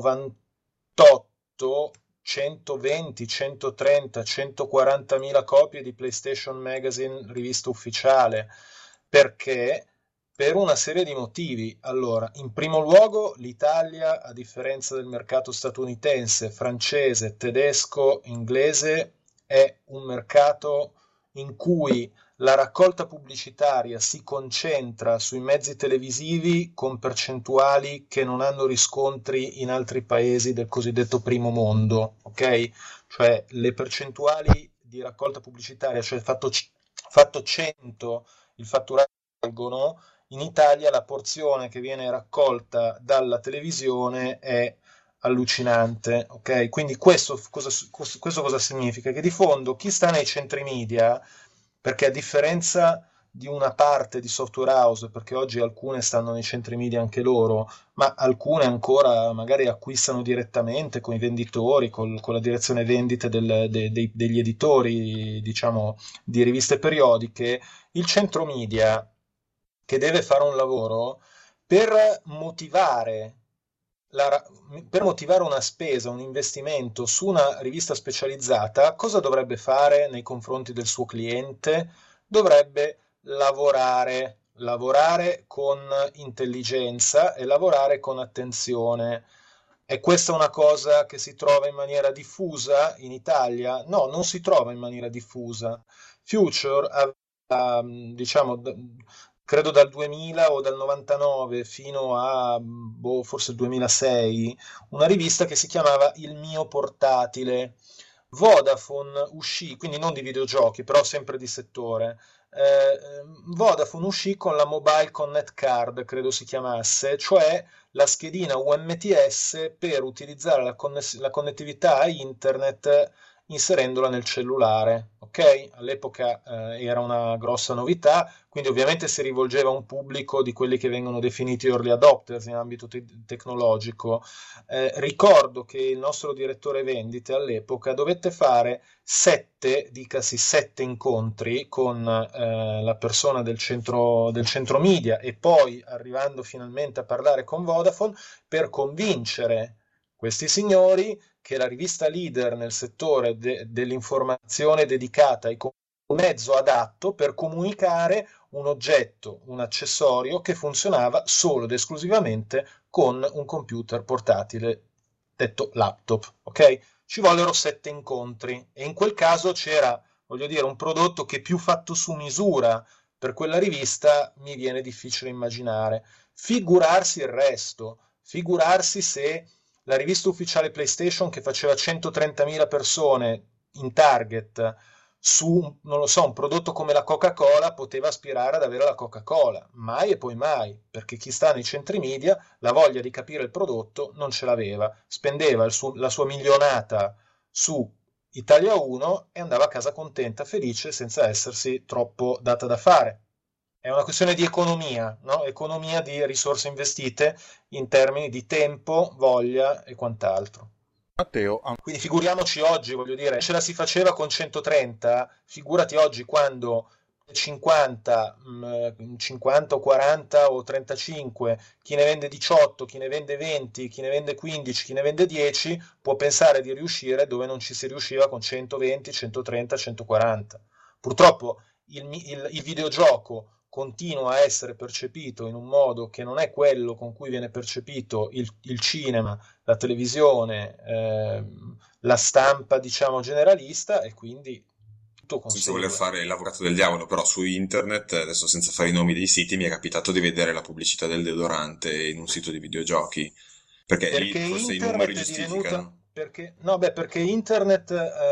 98 120, 130, 140.000 copie di PlayStation Magazine, rivista ufficiale. Perché? Per una serie di motivi. Allora, in primo luogo, l'Italia, a differenza del mercato statunitense, francese, tedesco, inglese, è un mercato in cui la raccolta pubblicitaria si concentra sui mezzi televisivi con percentuali che non hanno riscontri in altri paesi del cosiddetto primo mondo, ok? Cioè le percentuali di raccolta pubblicitaria, cioè fatto 100 il fatturato valgono, in Italia la porzione che viene raccolta dalla televisione è allucinante, ok? Quindi questo cosa significa? Che di fondo chi sta nei centri media, perché a differenza di una parte di software house, perché oggi alcune stanno nei centri media anche loro, ma alcune ancora magari acquistano direttamente con i venditori, con la direzione vendite degli editori, diciamo, di riviste periodiche, il centro media che deve fare un lavoro per motivare, per motivare una spesa, un investimento su una rivista specializzata, cosa dovrebbe fare nei confronti del suo cliente? Dovrebbe lavorare con intelligenza e lavorare con attenzione. È questa una cosa che si trova in maniera diffusa in Italia? No, non si trova in maniera diffusa. Future aveva, diciamo, credo dal 2000 o dal 99 fino a forse il 2006, una rivista che si chiamava Il mio portatile. Vodafone uscì, quindi non di videogiochi, però sempre di settore. Vodafone uscì con la Mobile Connect Card, credo si chiamasse, cioè la schedina UMTS per utilizzare la connettività a internet inserendola nel cellulare. Ok? All'epoca era una grossa novità, quindi ovviamente si rivolgeva a un pubblico di quelli che vengono definiti early adopters in ambito tecnologico. Ricordo che il nostro direttore vendite all'epoca dovette fare 7, dicasi 7 incontri con la persona del centro media e poi arrivando finalmente a parlare con Vodafone per convincere questi signori che la rivista leader nel settore dell'informazione dedicata ai un mezzo adatto per comunicare un oggetto, un accessorio che funzionava solo ed esclusivamente con un computer portatile detto laptop, ok? ci vollero 7 incontri e in quel caso c'era, voglio dire, un prodotto che più fatto su misura per quella rivista mi viene difficile immaginare. Figurarsi il resto, figurarsi se la rivista ufficiale PlayStation che faceva 130.000 persone in target su, non lo so, un prodotto come la Coca-Cola poteva aspirare ad avere la Coca-Cola. Mai e poi mai, perché chi sta nei centri media la voglia di capire il prodotto non ce l'aveva. Spendeva la sua milionata su Italia 1 e andava a casa contenta, felice, senza essersi troppo data da fare. È una questione di economia, no? Economia di risorse investite in termini di tempo, voglia e quant'altro. Matteo, Quindi figuriamoci oggi, voglio dire, ce la si faceva con 130, figurati oggi quando 50, 50 o 40 o 35, chi ne vende 18, chi ne vende 20, chi ne vende 15, chi ne vende 10, può pensare di riuscire dove non ci si riusciva con 120, 130, 140. Purtroppo il videogioco continua a essere percepito in un modo che non è quello con cui viene percepito il cinema, la televisione, la stampa, diciamo, generalista, e quindi tutto Senza consegue. voler fare l'avvocato del diavolo, però su internet, adesso senza fare i nomi dei siti, mi è capitato di vedere la pubblicità del deodorante in un sito di videogiochi, perché lì Perché forse i numeri internet è divenuta, giustificano. perché internet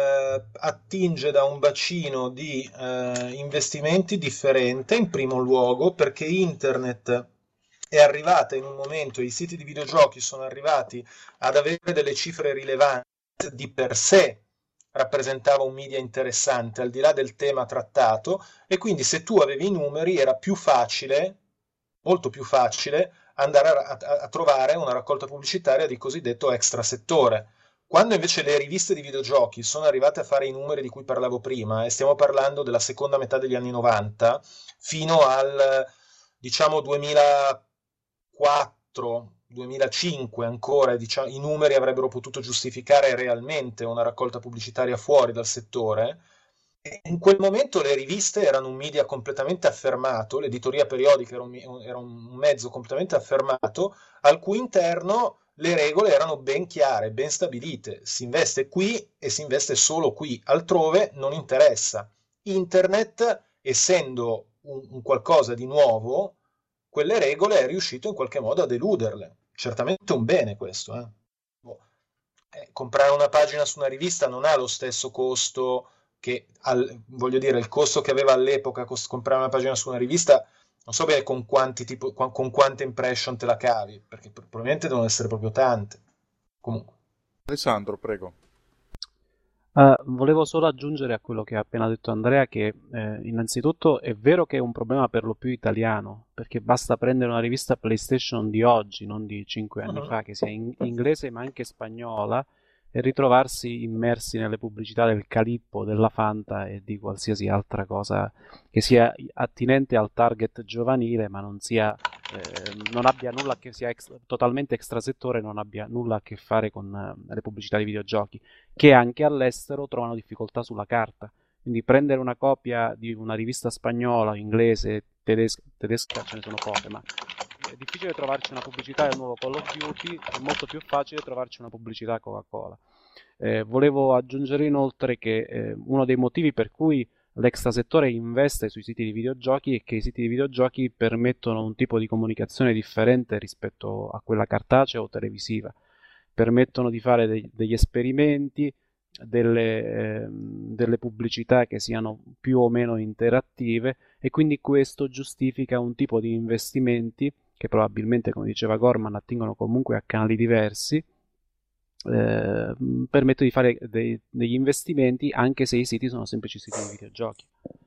attinge da un bacino di investimenti differente, in primo luogo perché internet è arrivata in un momento, i siti di videogiochi sono arrivati ad avere delle cifre rilevanti, di per sé rappresentava un media interessante al di là del tema trattato, e quindi se tu avevi i numeri era più facile, molto più facile, andare a trovare una raccolta pubblicitaria di cosiddetto extrasettore. Quando invece le riviste di videogiochi sono arrivate a fare i numeri di cui parlavo prima, e stiamo parlando della seconda metà degli anni 90, fino al, diciamo, 2004, 2005 ancora, diciamo, i numeri avrebbero potuto giustificare realmente una raccolta pubblicitaria fuori dal settore. In quel momento le riviste erano un media completamente affermato, l'editoria periodica era un mezzo completamente affermato, al cui interno le regole erano ben chiare, ben stabilite. Si investe qui e si investe solo qui, altrove non interessa. Internet, essendo un qualcosa di nuovo, quelle regole è riuscito in qualche modo ad eluderle. Certamente un bene questo. Comprare una pagina su una rivista non ha lo stesso costo che, voglio dire, il costo che aveva all'epoca comprare una pagina su una rivista, non so bene con quante impression te la cavi, perché probabilmente devono essere proprio tante. Comunque. Alessandro, prego. Volevo solo aggiungere a quello che ha appena detto Andrea che innanzitutto è vero che è un problema per lo più italiano, perché basta prendere una rivista PlayStation di oggi, non di 5 anni fa, che sia in inglese ma anche spagnola, e ritrovarsi immersi nelle pubblicità del Calippo, della Fanta e di qualsiasi altra cosa che sia attinente al target giovanile, ma non abbia nulla che sia totalmente extrasettore, non abbia nulla a che fare con le pubblicità di videogiochi, che anche all'estero trovano difficoltà sulla carta. Quindi prendere una copia di una rivista spagnola, inglese, tedesca ce ne sono poche, ma è difficile trovarci una pubblicità del nuovo Call of Duty, è molto più facile trovarci una pubblicità Coca-Cola. Volevo aggiungere inoltre che uno dei motivi per cui l'extrasettore investe sui siti di videogiochi è che i siti di videogiochi permettono un tipo di comunicazione differente rispetto a quella cartacea o televisiva. Permettono di fare degli esperimenti, delle pubblicità che siano più o meno interattive, e quindi questo giustifica un tipo di investimenti che probabilmente, come diceva Gorman, attingono comunque a canali diversi, permette di fare degli investimenti anche se i siti sono semplici siti di videogiochi.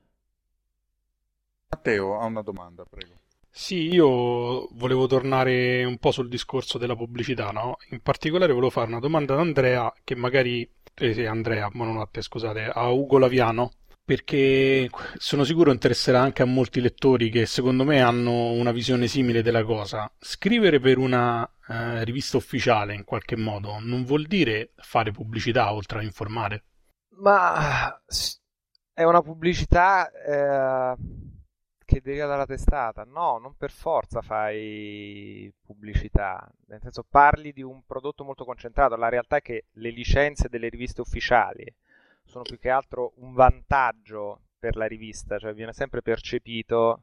Matteo ha una domanda, prego. Sì, io volevo tornare un po' sul discorso della pubblicità, no? In particolare volevo fare una domanda ad Andrea, che magari, Andrea, ma non a te, scusate, a Ugo Laviano, perché sono sicuro interesserà anche a molti lettori che secondo me hanno una visione simile della cosa. Scrivere per una rivista ufficiale in qualche modo non vuol dire fare pubblicità oltre a informare. Ma è una pubblicità che deriva dalla testata. No, non per forza fai pubblicità, nel senso parli di un prodotto molto concentrato. La realtà è che le licenze delle riviste ufficiali sono più che altro un vantaggio per la rivista, cioè viene sempre percepito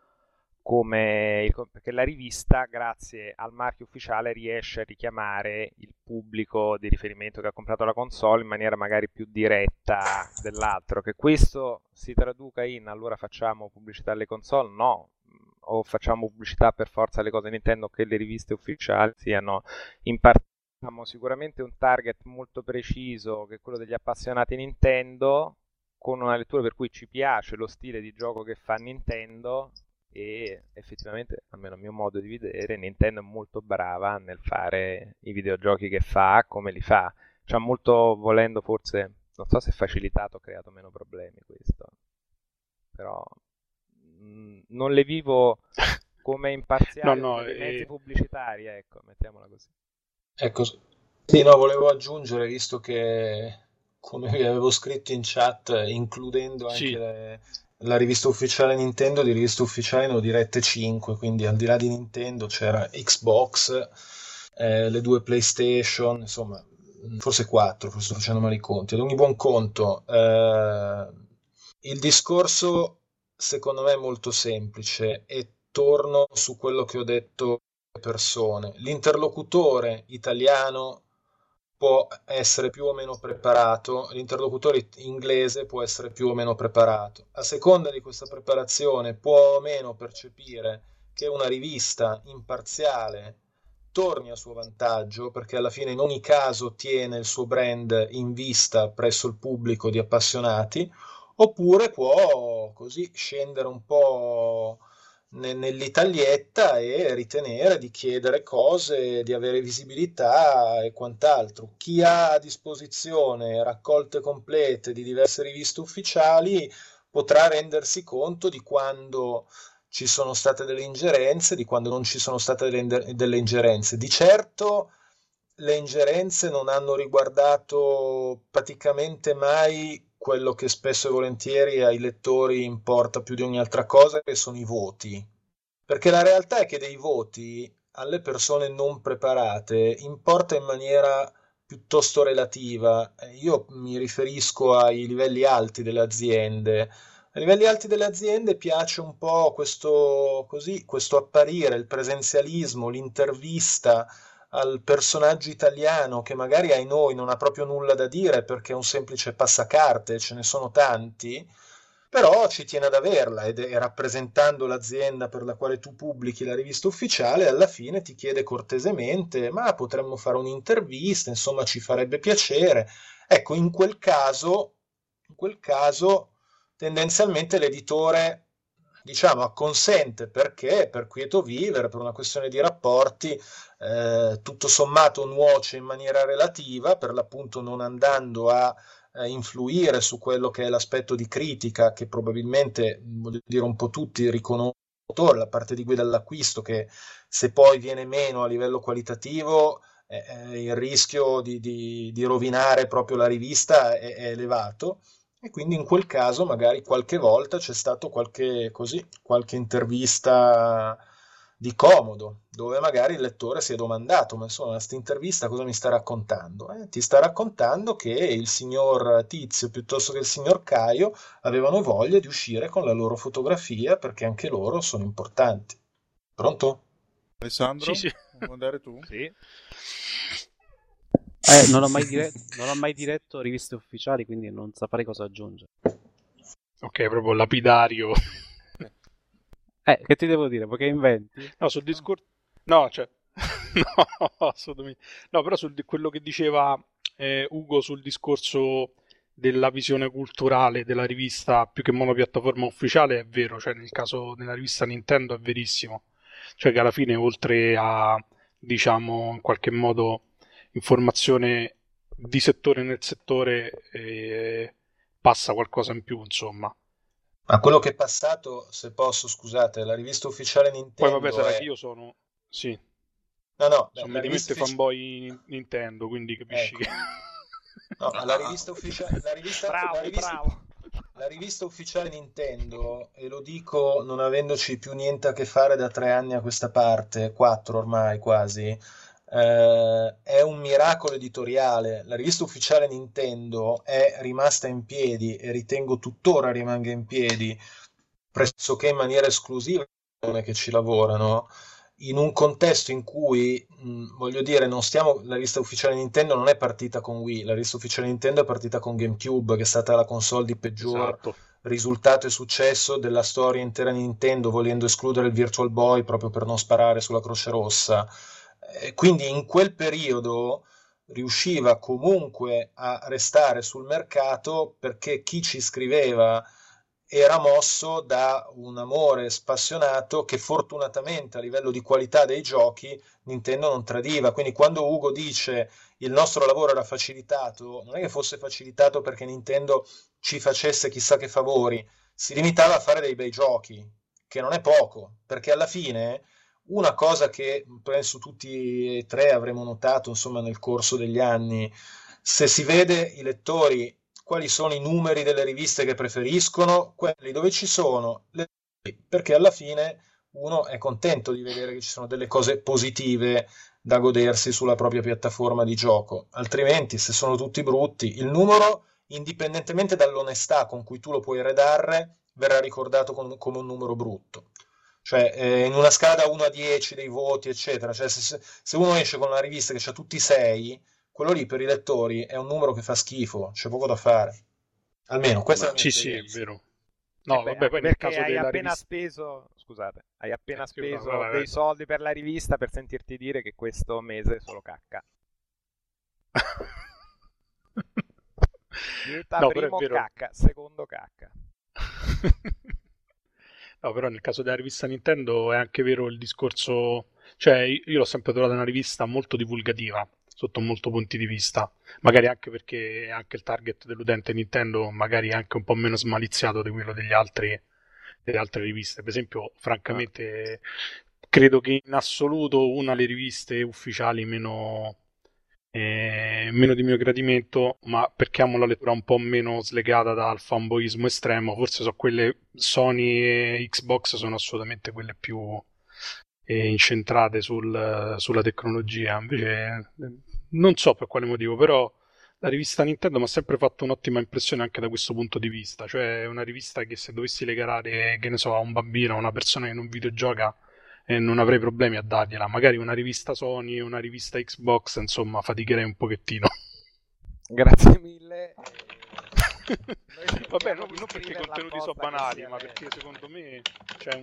perché la rivista, grazie al marchio ufficiale, riesce a richiamare il pubblico di riferimento che ha comprato la console in maniera magari più diretta dell'altro. Che questo si traduca in allora facciamo pubblicità alle console? No, o facciamo pubblicità per forza alle cose Nintendo, che le riviste ufficiali siano in parte. Abbiamo sicuramente un target molto preciso, che è quello degli appassionati Nintendo, con una lettura per cui ci piace lo stile di gioco che fa Nintendo, e effettivamente, almeno a mio modo di vedere, Nintendo è molto brava nel fare i videogiochi che fa, come li fa. Cioè, molto volendo, forse, non so se è facilitato o creato meno problemi questo, però non le vivo come imparziali dei mezzi pubblicitari, ecco, mettiamola così. Ecco, sì, no, volevo aggiungere, visto che, come vi avevo scritto in chat, includendo anche la rivista ufficiale Nintendo, di riviste ufficiali ne ho dirette 5, quindi al di là di Nintendo c'era Xbox, le 2 PlayStation, insomma, forse 4, forse sto facendo male i conti. Ad ogni buon conto, il discorso secondo me è molto semplice e torno su quello che ho detto persone. L'interlocutore italiano può essere più o meno preparato, l'interlocutore inglese può essere più o meno preparato. A seconda di questa preparazione può o meno percepire che una rivista imparziale torni a suo vantaggio, perché alla fine in ogni caso tiene il suo brand in vista presso il pubblico di appassionati, oppure può così scendere un po' nell'Italietta e ritenere di chiedere cose, di avere visibilità e quant'altro. Chi ha a disposizione raccolte complete di diverse riviste ufficiali potrà rendersi conto di quando ci sono state delle ingerenze, di quando non ci sono state delle ingerenze. Di certo le ingerenze non hanno riguardato praticamente mai quello che spesso e volentieri ai lettori importa più di ogni altra cosa, che sono i voti. Perché la realtà è che dei voti alle persone non preparate importa in maniera piuttosto relativa. Io mi riferisco ai livelli alti delle aziende. Ai livelli alti delle aziende piace un po' questo apparire, il presenzialismo, l'intervista al personaggio italiano che magari ai noi non ha proprio nulla da dire perché è un semplice passacarte, ce ne sono tanti, però ci tiene ad averla e rappresentando l'azienda per la quale tu pubblichi la rivista ufficiale, alla fine ti chiede cortesemente: ma potremmo fare un'intervista, insomma ci farebbe piacere. Ecco, in quel caso tendenzialmente l'editore, diciamo, acconsente, perché per quieto vivere, per una questione di rapporti, tutto sommato nuoce in maniera relativa, per l'appunto non andando a influire su quello che è l'aspetto di critica che probabilmente, voglio dire, un po' tutti riconoscono, la parte di guida all'acquisto, che se poi viene meno a livello qualitativo, il rischio di rovinare proprio la rivista è elevato. E quindi in quel caso magari qualche volta c'è stato qualche intervista di comodo, dove magari il lettore si è domandato: ma insomma, questa intervista cosa mi sta raccontando? Ti sta raccontando che il signor Tizio piuttosto che il signor Caio avevano voglia di uscire con la loro fotografia, perché anche loro sono importanti. Pronto? Alessandro? Sì. Vuoi andare tu? Sì. Non ho mai diretto riviste ufficiali, quindi non saprei cosa aggiungere. Ok, proprio lapidario. Che ti devo dire? Perché inventi? No, sul discorso... No, cioè... no, assolutamente. No, però quello che diceva Ugo sul discorso della visione culturale della rivista più che monopiattaforma ufficiale è vero, cioè nel caso della rivista Nintendo è verissimo. Cioè che alla fine, oltre a, diciamo, in qualche modo informazione di settore nel settore, passa qualcosa in più, insomma. Ma quello che è passato, se posso, scusate, la rivista ufficiale Nintendo. Poi vabbè, sarà che io sono... Sì. No, sono mediamente fanboy Nintendo, quindi capisci ecco. che... No, la rivista ufficiale... Bravo. la rivista ufficiale Nintendo, e lo dico non avendoci più niente a che fare da 3 anni a questa parte, 4 ormai quasi, è un miracolo editoriale. La rivista ufficiale Nintendo è rimasta in piedi e ritengo tuttora rimanga in piedi pressoché in maniera esclusiva che ci lavorano, in un contesto in cui, voglio dire, non stiamo, la rivista ufficiale Nintendo non è partita con Wii, la rivista ufficiale Nintendo è partita con GameCube, che è stata la console di peggior Esatto. risultato e successo della storia intera Nintendo, volendo escludere il Virtual Boy proprio per non sparare sulla Croce Rossa. Quindi in quel periodo riusciva comunque a restare sul mercato perché chi ci scriveva era mosso da un amore spassionato che fortunatamente a livello di qualità dei giochi Nintendo non tradiva. Quindi quando Ugo dice il nostro lavoro era facilitato, non è che fosse facilitato perché Nintendo ci facesse chissà che favori, si limitava a fare dei bei giochi, che non è poco, perché alla fine una cosa che penso tutti e tre avremo notato, insomma, nel corso degli anni, se si vede i lettori quali sono i numeri delle riviste che preferiscono, quelli dove ci sono perché alla fine uno è contento di vedere che ci sono delle cose positive da godersi sulla propria piattaforma di gioco, altrimenti se sono tutti brutti, il numero, indipendentemente dall'onestà con cui tu lo puoi redare, verrà ricordato come un numero brutto. Cioè, in una scala da 1 a 10 dei voti, eccetera, cioè se uno esce con una rivista che ha tutti 6, quello lì per i lettori è un numero che fa schifo, c'è poco da fare. Almeno questa è la mia Sì, sì, è esperienza. vero. No, beh, vabbè, poi nel perché caso hai della appena rivista... speso, scusate, hai appena Sì, vai, speso vai, dei vai. soldi per la rivista per sentirti dire che questo mese è solo cacca. Dieta No, però è primo vero. cacca, secondo cacca. No, però nel caso della rivista Nintendo è anche vero il discorso, cioè io l'ho sempre trovata una rivista molto divulgativa sotto molti punti di vista, magari anche perché anche il target dell'utente Nintendo magari è anche un po' meno smaliziato di quello delle altre riviste. Per esempio, francamente, credo che in assoluto una delle riviste ufficiali meno di mio gradimento, ma perché amo la lettura un po' meno slegata dal fanboismo estremo, forse so quelle Sony e Xbox sono assolutamente quelle più incentrate sulla tecnologia. Invece non so per quale motivo, però la rivista Nintendo mi ha sempre fatto un'ottima impressione anche da questo punto di vista, cioè è una rivista che se dovessi legare, che ne so, a un bambino, a una persona che non videogioca, non avrei problemi a dargliela. Magari una rivista Sony, una rivista Xbox, insomma, faticherei un pochettino. Grazie mille. Vabbè, non perché i contenuti sono banali, ma perché secondo me c'è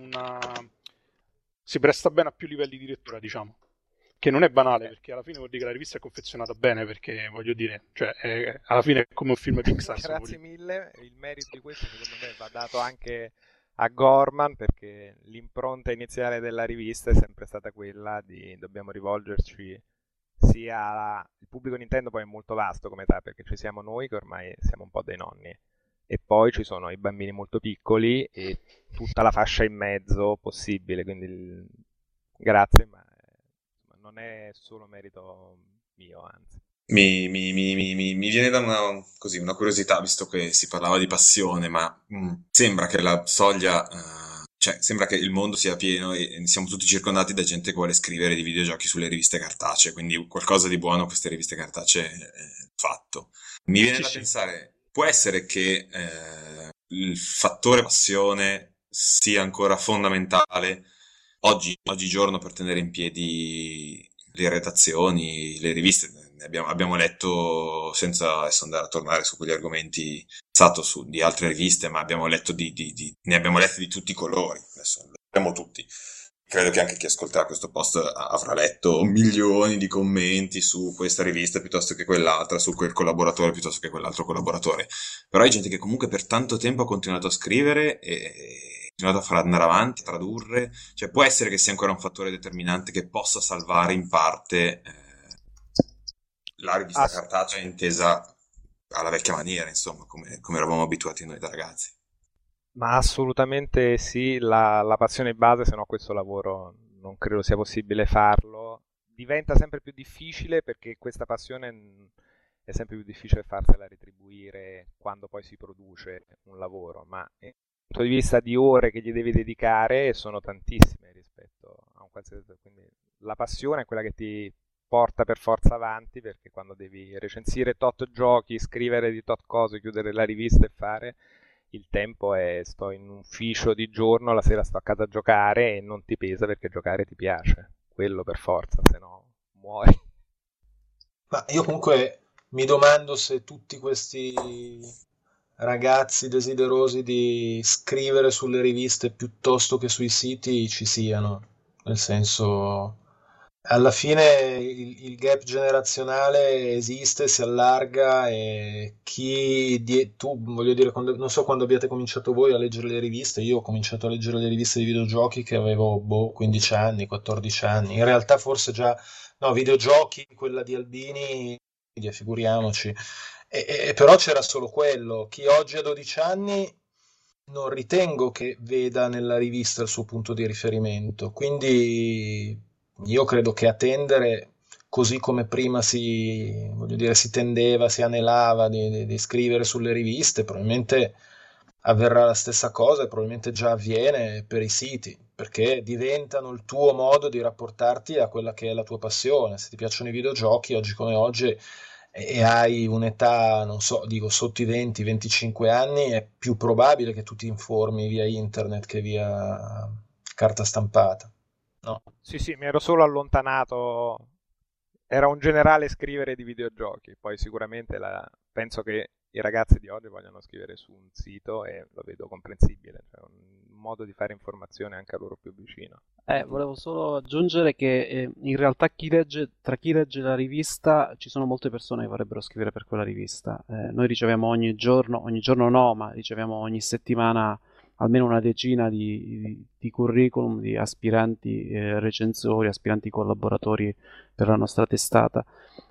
si presta bene a più livelli di lettura, diciamo. Che non è banale, perché alla fine vuol dire che la rivista è confezionata bene, perché voglio dire, cioè, alla fine è come un film Pixar. Grazie mille, il merito di questo secondo me va dato anche a Gorman, perché l'impronta iniziale della rivista è sempre stata quella di dobbiamo rivolgerci sia il pubblico Nintendo, poi è molto vasto come età, perché ci siamo noi che ormai siamo un po' dei nonni, e poi ci sono i bambini molto piccoli e tutta la fascia in mezzo possibile, quindi grazie, ma non è solo merito mio, anzi. Mi viene da una curiosità, visto che si parlava di passione, ma sembra che la soglia, cioè sembra che il mondo sia pieno e siamo tutti circondati da gente che vuole scrivere di videogiochi sulle riviste cartacee, quindi qualcosa di buono queste riviste cartacee è fatto. Mi viene da pensare, può essere che il fattore passione sia ancora fondamentale oggigiorno per tenere in piedi le redazioni, le riviste. Abbiamo letto, senza adesso andare a tornare su quegli argomenti di altre riviste, ma abbiamo letto ne abbiamo letti di tutti i colori, adesso li abbiamo tutti. Credo che anche chi ascolterà questo post avrà letto milioni di commenti su questa rivista piuttosto che quell'altra, su quel collaboratore piuttosto che quell'altro collaboratore. Però è gente che comunque per tanto tempo ha continuato a scrivere e continuato a far andare avanti, a tradurre. Cioè può essere che sia ancora un fattore determinante che possa salvare in parte la rivista cartacea intesa alla vecchia maniera, insomma, come eravamo abituati noi da ragazzi. Ma assolutamente sì, la passione base, se no questo lavoro non credo sia possibile farlo. Diventa sempre più difficile perché questa passione è sempre più difficile farsela retribuire quando poi si produce un lavoro, ma dal punto di vista di ore che gli devi dedicare sono tantissime rispetto a un qualsiasi... Quindi la passione è quella che ti porta per forza avanti, perché quando devi recensire tot giochi, scrivere di tot cose, chiudere la rivista e fare, il tempo è sto in ufficio di giorno, la sera sto a casa a giocare e non ti pesa perché giocare ti piace. Quello per forza, se no muori. Ma io comunque mi domando se tutti questi ragazzi desiderosi di scrivere sulle riviste piuttosto che sui siti ci siano. Nel senso, alla fine il gap generazionale esiste, si allarga e tu, voglio dire, non so quando abbiate cominciato voi a leggere le riviste, io ho cominciato a leggere le riviste di videogiochi che avevo 15 anni, 14 anni, in realtà forse già, no, videogiochi, quella di Albini, figuriamoci, però c'era solo quello. Chi oggi ha 12 anni non ritengo che veda nella rivista il suo punto di riferimento, quindi io credo che attendere, così come prima voglio dire, si tendeva, si anelava di scrivere sulle riviste, probabilmente avverrà la stessa cosa e probabilmente già avviene per i siti, perché diventano il tuo modo di rapportarti a quella che è la tua passione. Se ti piacciono i videogiochi, oggi come oggi, e hai un'età, non so, dico sotto i 20-25 anni, è più probabile che tu ti informi via internet che via carta stampata. No. Sì, sì, mi ero solo allontanato. Era un generale scrivere di videogiochi. Poi sicuramente penso che i ragazzi di oggi vogliono scrivere su un sito e lo vedo comprensibile. Cioè un modo di fare informazione anche a loro più vicino. Volevo solo aggiungere che in realtà tra chi legge la rivista ci sono molte persone che vorrebbero scrivere per quella rivista. Noi riceviamo ogni giorno no, ma riceviamo ogni settimana almeno una decina di curriculum di aspiranti recensori, aspiranti collaboratori per la nostra testata.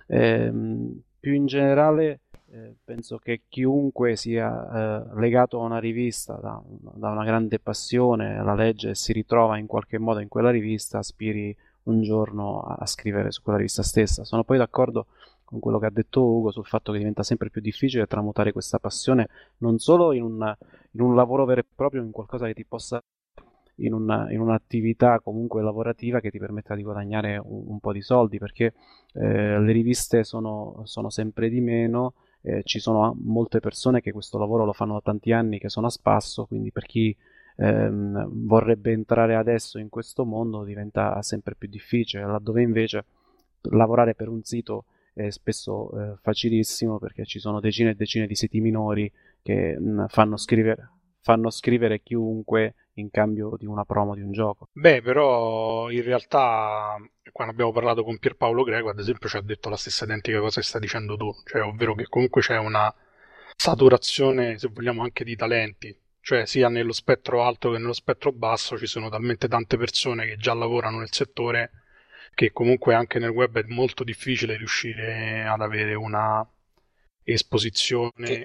Più in generale penso che chiunque sia legato a una rivista da una grande passione, la legge e si ritrova in qualche modo in quella rivista, aspiri un giorno a scrivere su quella rivista stessa. Sono poi d'accordo con quello che ha detto Ugo sul fatto che diventa sempre più difficile tramutare questa passione non solo in un lavoro vero e proprio, in qualcosa che ti possa, in un'attività comunque lavorativa che ti permetta di guadagnare un po' di soldi, perché le riviste sono sempre di meno. Ci sono molte persone che questo lavoro lo fanno da tanti anni, che sono a spasso, quindi per chi vorrebbe entrare adesso in questo mondo diventa sempre più difficile, laddove invece lavorare per un sito è spesso facilissimo, perché ci sono decine e decine di siti minori che fanno scrivere chiunque in cambio di una promo di un gioco. Beh, però in realtà quando abbiamo parlato con Pierpaolo Greco, ad esempio, ci ha detto la stessa identica cosa che stai dicendo tu, cioè ovvero che comunque c'è una saturazione, se vogliamo, anche di talenti, cioè sia nello spettro alto che nello spettro basso ci sono talmente tante persone che già lavorano nel settore che comunque anche nel web è molto difficile riuscire ad avere una esposizione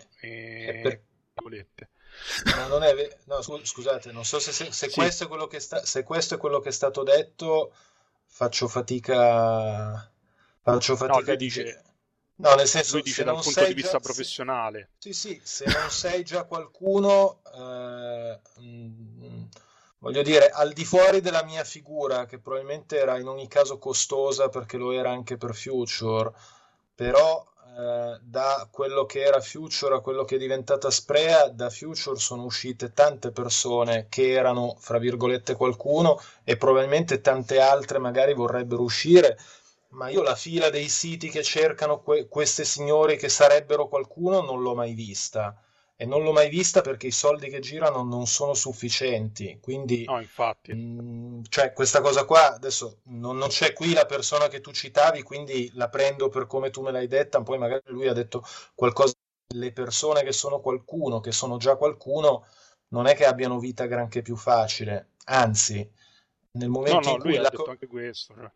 Ma non è no, scusate, non so se Sì. questo è quello che se questo è quello che è stato detto, faccio fatica No, a lui dice, no, nel senso, lui dice se dal non punto sei di vista già professionale. sì, se non sei già qualcuno, voglio dire, al di fuori della mia figura, che probabilmente era in ogni caso costosa perché lo era anche per Future, però da quello che era Future a quello che è diventata Sprea, da Future sono uscite tante persone che erano, fra virgolette, qualcuno, e probabilmente tante altre magari vorrebbero uscire, ma io la fila dei siti che cercano queste signori che sarebbero qualcuno non l'ho mai vista. E non l'ho mai vista perché i soldi che girano non sono sufficienti. Quindi, No, infatti. cioè, questa cosa qua, adesso non c'è qui la persona che tu citavi, quindi la prendo per come tu me l'hai detta. Poi magari lui ha detto qualcosa. Le persone che sono qualcuno, che sono già qualcuno, non è che abbiano vita granché più facile. Anzi, nel momento No, in lui cui ha detto anche questo. Cioè.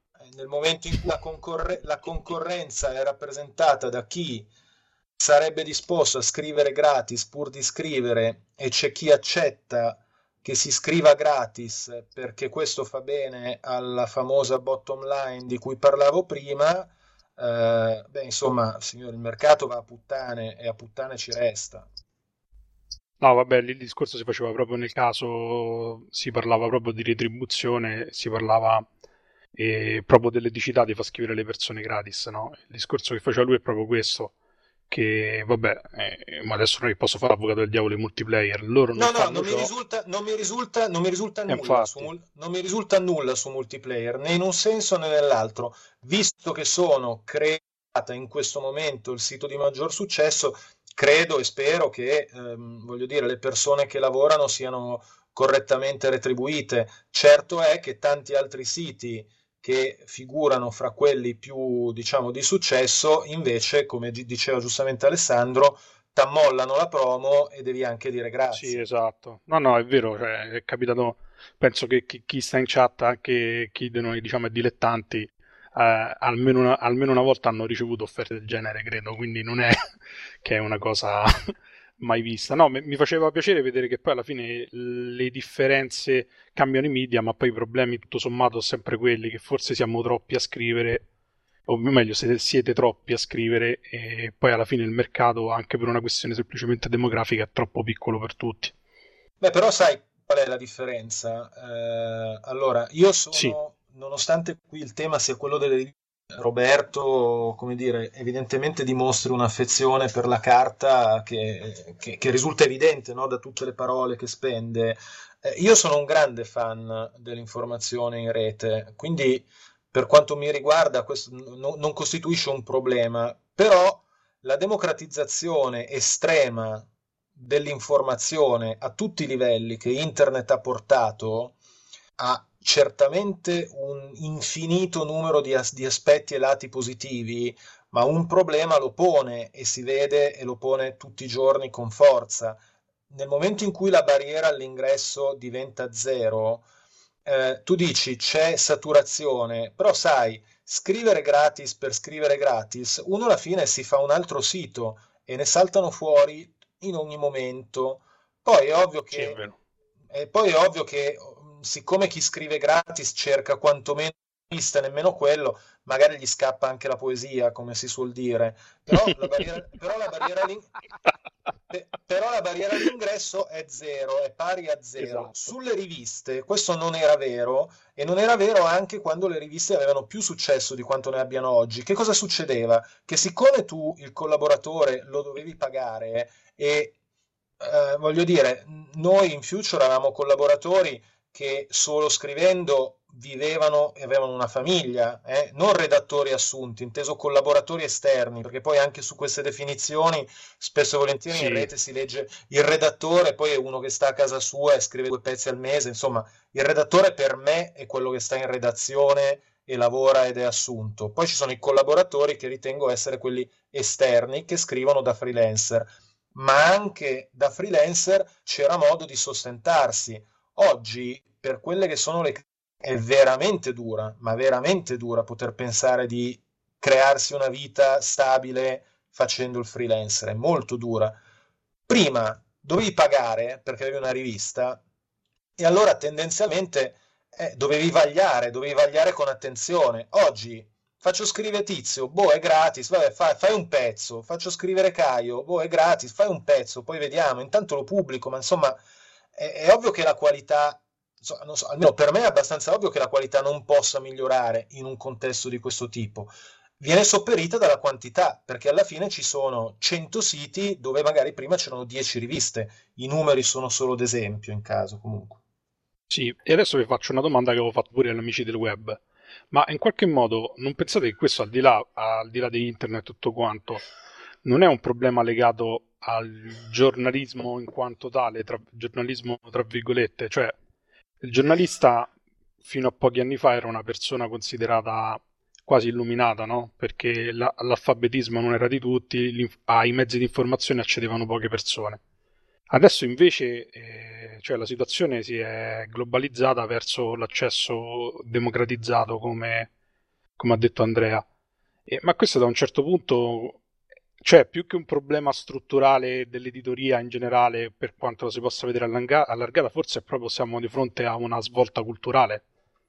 la concorrenza è rappresentata da chi sarebbe disposto a scrivere gratis pur di scrivere, e c'è chi accetta che si scriva gratis perché questo fa bene alla famosa bottom line di cui parlavo prima, Insomma, signore, il mercato va a puttane e a puttane ci resta. No, vabbè, lì il discorso si faceva proprio nel caso, si parlava proprio di retribuzione, si parlava proprio dell'eticità di far scrivere le persone gratis, no? Il discorso che faceva lui è proprio questo, che vabbè, ma adesso non è che posso fare l'avvocato del diavolo in multiplayer, loro non No, no, fanno ciò, non mi risulta e nulla infatti, non mi risulta nulla su multiplayer, né in un senso né nell'altro, visto che sono creata in questo momento il sito di maggior successo, credo e spero che, voglio dire, le persone che lavorano siano correttamente retribuite. Certo è che tanti altri siti che figurano fra quelli più, diciamo, di successo, invece, come diceva giustamente Alessandro, t'ammollano la promo e devi anche dire sì, grazie. esatto. No, no, è vero, cioè, è capitato, penso che chi sta in chat, anche chi di noi, diciamo, è dilettanti, almeno una volta hanno ricevuto offerte del genere, credo, quindi non è che è una cosa mai vista. No, mi faceva piacere vedere che poi alla fine le differenze cambiano i media, ma poi i problemi tutto sommato sono sempre quelli, che forse siamo troppi a scrivere, o meglio, siete troppi a scrivere e poi alla fine il mercato, anche per una questione semplicemente demografica, è troppo piccolo per tutti. Beh, però sai qual è la differenza? Allora, io Sì, sono, nonostante qui il tema sia quello delle Roberto, come dire, evidentemente dimostri un'affezione per la carta che risulta evidente, no, da tutte le parole che spende. Io sono un grande fan dell'informazione in rete, quindi per quanto mi riguarda questo non costituisce un problema, però la democratizzazione estrema dell'informazione a tutti i livelli che Internet ha portato ha certamente un infinito numero di aspetti e lati positivi, ma un problema lo pone e si vede e lo pone tutti i giorni con forza. Nel momento in cui la barriera all'ingresso diventa zero, tu dici c'è saturazione, però sai, scrivere gratis per scrivere gratis, uno alla fine si fa un altro sito e ne saltano fuori in ogni momento. Poi è ovvio sì, è che, vero. poi è ovvio che siccome chi scrive gratis cerca quantomeno vista, nemmeno quello, magari gli scappa anche la poesia, come si suol dire, però la barriera all'ingresso è zero, è pari a zero. Esatto. Sulle riviste questo non era vero e non era vero anche quando le riviste avevano più successo di quanto ne abbiano oggi. Che cosa succedeva? Che siccome tu il collaboratore lo dovevi pagare e voglio dire, noi in Future avevamo collaboratori che solo scrivendo vivevano e avevano una famiglia, non redattori assunti, inteso collaboratori esterni, perché poi anche su queste definizioni spesso e volentieri in Sì, rete si legge il redattore, poi è uno che sta a casa sua e scrive 2 pezzi al mese, insomma, il redattore per me è quello che sta in redazione e lavora ed è assunto. Poi ci sono i collaboratori che ritengo essere quelli esterni che scrivono da freelancer, ma anche da freelancer c'era modo di sostentarsi. Oggi, per quelle che sono le è veramente dura, ma veramente dura poter pensare di crearsi una vita stabile facendo il freelancer, è molto dura. Prima dovevi pagare perché avevi una rivista e allora tendenzialmente dovevi vagliare con attenzione. Oggi faccio scrivere Tizio, boh, è gratis, vabbè, fai un pezzo, faccio scrivere Caio, boh, è gratis, fai un pezzo, poi vediamo, intanto lo pubblico, ma insomma è ovvio che la qualità, non so, almeno per me è abbastanza ovvio che la qualità non possa migliorare in un contesto di questo tipo. Viene sopperita dalla quantità, perché alla fine ci sono 100 siti dove magari prima c'erano 10 riviste. I numeri sono solo d'esempio in caso comunque. sì. E adesso vi faccio una domanda che avevo fatto pure agli amici del web. Ma in qualche modo non pensate che questo, al di là di internet e tutto quanto, non è un problema legato al giornalismo in quanto tale, giornalismo tra virgolette? Cioè, il giornalista fino a pochi anni fa era una persona considerata quasi illuminata, no? Perché l'alfabetismo non era di tutti, ai mezzi di informazione accedevano poche persone. Adesso invece cioè la situazione si è globalizzata verso l'accesso democratizzato, come ha detto Andrea. Ma questo da un certo punto, cioè più che un problema strutturale dell'editoria in generale, per quanto lo si possa vedere allargata, forse proprio siamo di fronte a una svolta culturale.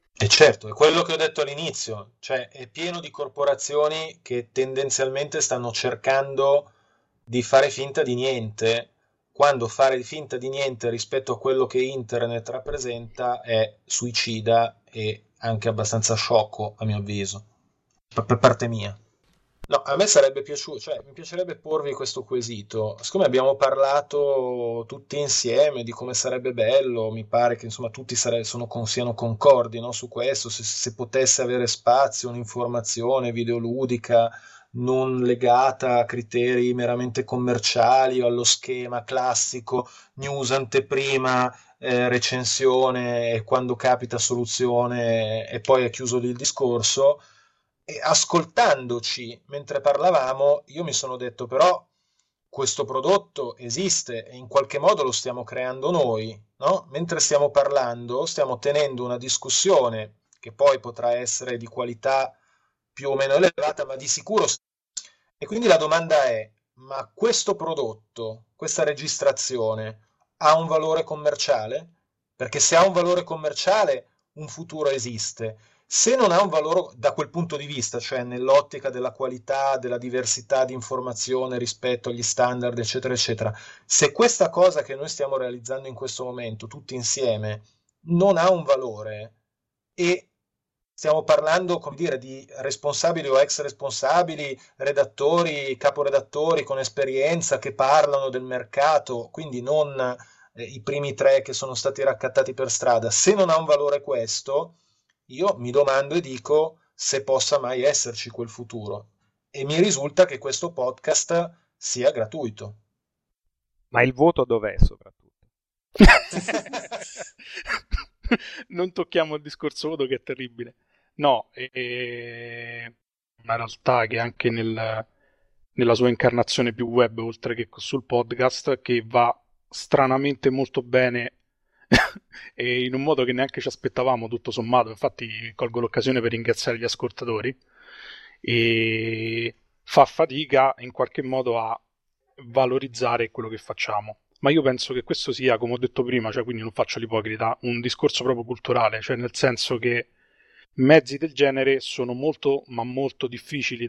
E certo, è quello che ho detto all'inizio, cioè è pieno di corporazioni che tendenzialmente stanno cercando di fare finta di niente, quando fare finta di niente rispetto a quello che internet rappresenta è suicida e anche abbastanza sciocco, a mio avviso, per parte mia. No, a me sarebbe piaciuto, cioè mi piacerebbe porvi questo quesito. Siccome abbiamo parlato tutti insieme di come sarebbe bello, mi pare che insomma tutti siano concordi, no, su questo, se potesse avere spazio un'informazione videoludica non legata a criteri meramente commerciali o allo schema classico, news anteprima, recensione e quando capita soluzione e poi è chiuso lì il discorso. E ascoltandoci mentre parlavamo, io mi sono detto però questo prodotto esiste e in qualche modo lo stiamo creando noi, no? Mentre stiamo parlando, stiamo tenendo una discussione che poi potrà essere di qualità più o meno elevata, ma di sicuro. E quindi la domanda è, ma questo prodotto, questa registrazione, ha un valore commerciale? Perché se ha un valore commerciale, un futuro esiste. Se non ha un valore da quel punto di vista, cioè nell'ottica della qualità, della diversità di informazione rispetto agli standard, eccetera, eccetera, se questa cosa che noi stiamo realizzando in questo momento, tutti insieme, non ha un valore e stiamo parlando, come dire, di responsabili o ex responsabili, redattori, caporedattori con esperienza che parlano del mercato, quindi non i primi tre che sono stati raccattati per strada. Se non ha un valore questo, io mi domando e dico se possa mai esserci quel futuro. E mi risulta che questo podcast sia gratuito. Ma il voto dov'è soprattutto? Non tocchiamo il discorso voto che è terribile. No, è una realtà che anche nella sua incarnazione più web, oltre che sul podcast, che va stranamente molto bene e in un modo che neanche ci aspettavamo, tutto sommato. Infatti colgo l'occasione per ringraziare gli ascoltatori e fa fatica in qualche modo a valorizzare quello che facciamo. Ma io penso che questo sia, come ho detto prima, cioè quindi non faccio l'ipocrita, un discorso proprio culturale, cioè nel senso che mezzi del genere sono molto, ma molto difficili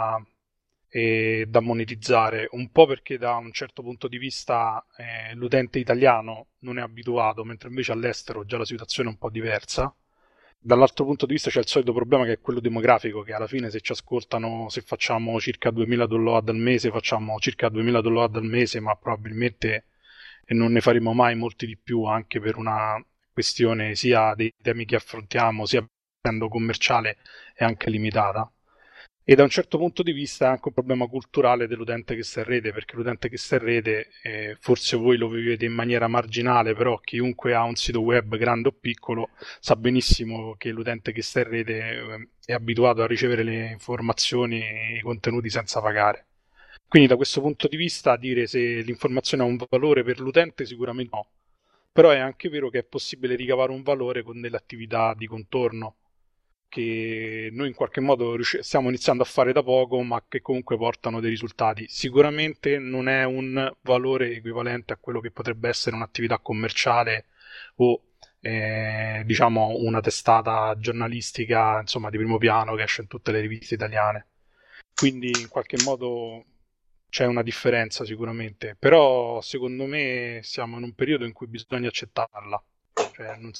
da monetizzare, un po' perché da un certo punto di vista l'utente italiano non è abituato, mentre invece all'estero già la situazione è un po' diversa. Dall'altro punto di vista c'è il solito problema che è quello demografico, che alla fine se ci ascoltano, se facciamo circa 2000 download al mese, facciamo circa 2000 download al mese, ma probabilmente non ne faremo mai molti di più, anche per una questione sia dei temi che affrontiamo, sia essendo commerciale e anche limitata. E da un certo punto di vista è anche un problema culturale dell'utente che sta in rete, perché l'utente che sta in rete, forse voi lo vivete in maniera marginale, però chiunque ha un sito web grande o piccolo sa benissimo che l'utente che sta in rete è abituato a ricevere le informazioni e i contenuti senza pagare. Quindi da questo punto di vista dire se l'informazione ha un valore per l'utente sicuramente no, però è anche vero che è possibile ricavare un valore con delle attività di contorno che noi in qualche modo stiamo iniziando a fare da poco, ma che comunque portano dei risultati. Sicuramente non è un valore equivalente a quello che potrebbe essere un'attività commerciale o diciamo una testata giornalistica, insomma, di primo piano che esce in tutte le riviste italiane. Quindi in qualche modo c'è una differenza sicuramente, però secondo me siamo in un periodo in cui bisogna accettarla. Cioè, non...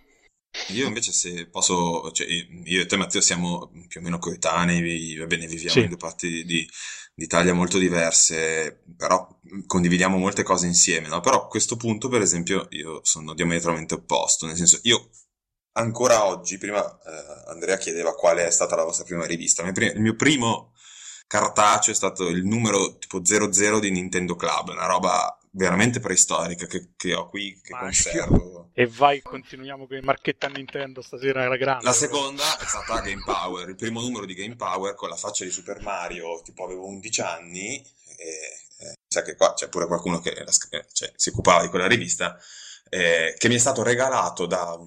Io invece se posso, cioè io e te Matteo siamo più o meno coetanei, va bene, viviamo in Sì, due parti d'Italia molto diverse, però condividiamo molte cose insieme, no? Però a questo punto, per esempio, io sono diametralmente opposto, nel senso, io ancora oggi, prima Andrea chiedeva qual è stata la vostra prima rivista, il mio primo cartaceo è stato il numero tipo 00 di Nintendo Club, una roba veramente preistorica che ho qui, che Ma conservo. e vai, continuiamo con i marchetti a Nintendo stasera era La grande proprio. seconda è stata Game Power, il primo numero di Game Power con la faccia di Super Mario, tipo avevo 11 anni, e sa che qua c'è pure qualcuno che cioè, si occupava di quella rivista, che mi è stato regalato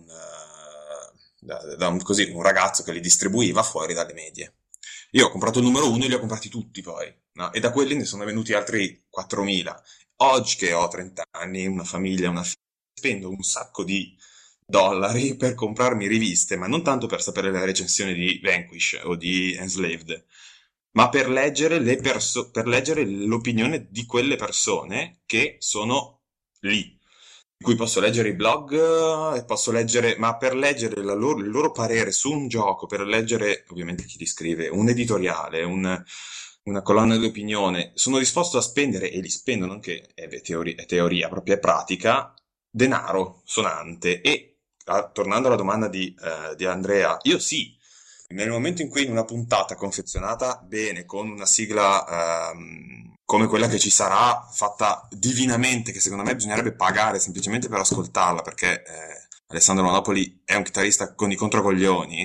così, un ragazzo che li distribuiva fuori dalle medie. Io ho comprato il numero 1 e li ho comprati tutti poi, no? E da quelli ne sono venuti altri 4.000. Oggi che ho 30 anni, una famiglia, una figlia, spendo un sacco di dollari per comprarmi riviste, ma non tanto per sapere la recensione di Vanquish o di Enslaved, ma per leggere per leggere l'opinione di quelle persone che sono lì, di cui posso leggere i blog, e posso leggere, ma per leggere il loro parere su un gioco, per leggere ovviamente chi li scrive, un editoriale, una colonna di opinione, sono disposto a spendere, e li spendo, non che è teoria, proprio è pratica, denaro sonante. E tornando alla domanda di Andrea, io sì, nel momento in cui in una puntata confezionata bene, con una sigla come quella che ci sarà, fatta divinamente, che secondo me bisognerebbe pagare semplicemente per ascoltarla, perché Alessandro Monopoli è un chitarrista con i controcoglioni,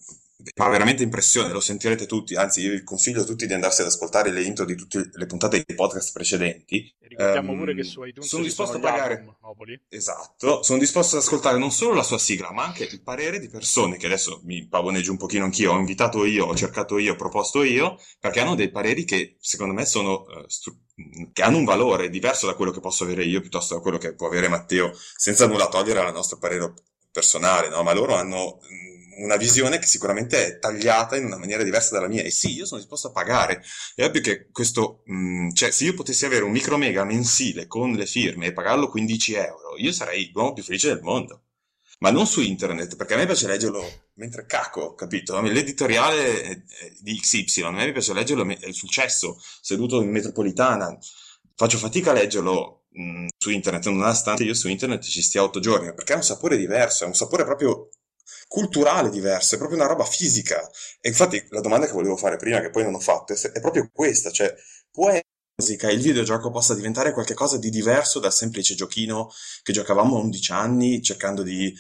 fa veramente impressione, lo sentirete tutti, anzi io vi consiglio a tutti di andarsi ad ascoltare le intro di tutte le puntate dei podcast precedenti. E ricordiamo pure che su iTunes sono ci disposto sono a gli pagare album, Monopoli. Esatto, sono disposto ad ascoltare non solo la sua sigla, ma anche il parere di persone che adesso mi pavoneggio un pochino anch'io, ho invitato io, ho cercato io, ho proposto io, perché hanno dei pareri che secondo me sono che hanno un valore diverso da quello che posso avere io piuttosto da quello che può avere Matteo, senza nulla togliere al nostro parere personale, no? Ma loro hanno una visione che sicuramente è tagliata in una maniera diversa dalla mia, e sì, io sono disposto a pagare. È ovvio che questo, cioè, se io potessi avere un micromega mensile con le firme e pagarlo 15 euro, io sarei l'uomo più felice del mondo. Ma non su internet, perché a me piace leggerlo mentre cacco, capito? L'editoriale di XY, a me mi piace leggerlo sul cesso, seduto in metropolitana. Faccio fatica a leggerlo su internet, nonostante io su internet ci stia 8 giorni, perché ha un sapore diverso, è un sapore proprio culturale diverso, è proprio una roba fisica. E infatti la domanda che volevo fare prima, che poi non ho fatto, è proprio questa, cioè, può essere che la musica, il videogioco possa diventare qualcosa di diverso dal semplice giochino che giocavamo a 11 anni, cercando di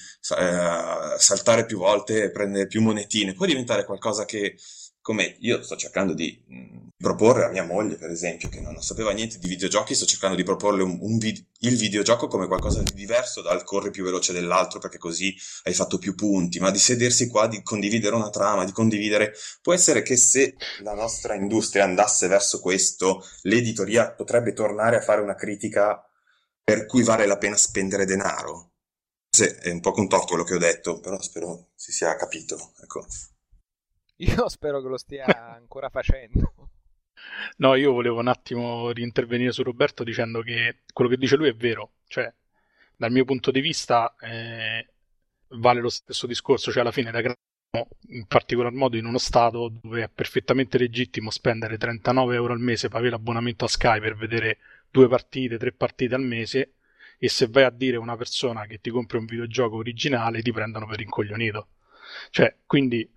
saltare più volte e prendere più monetine, può diventare qualcosa che, come io sto cercando di proporre a mia moglie, per esempio, che non sapeva niente di videogiochi, sto cercando di proporle il videogioco come qualcosa di diverso dal corri più veloce dell'altro, perché così hai fatto più punti, ma di sedersi qua, di condividere una trama, di condividere. Può essere che se la nostra industria andasse verso questo, l'editoria potrebbe tornare a fare una critica per cui vale la pena spendere denaro. È un po' contorto quello che ho detto, però spero si sia capito, ecco. Io spero che lo stia ancora facendo. No, io volevo un attimo riintervenire su Roberto dicendo che quello che dice lui è vero, cioè dal mio punto di vista vale lo stesso discorso, cioè alla fine da in particolar modo in uno stato dove è perfettamente legittimo spendere 39 euro al mese per avere l'abbonamento a Sky per vedere 2 partite, 3 partite al mese, e se vai a dire a una persona che ti compri un videogioco originale ti prendono per rincoglionito. Cioè, quindi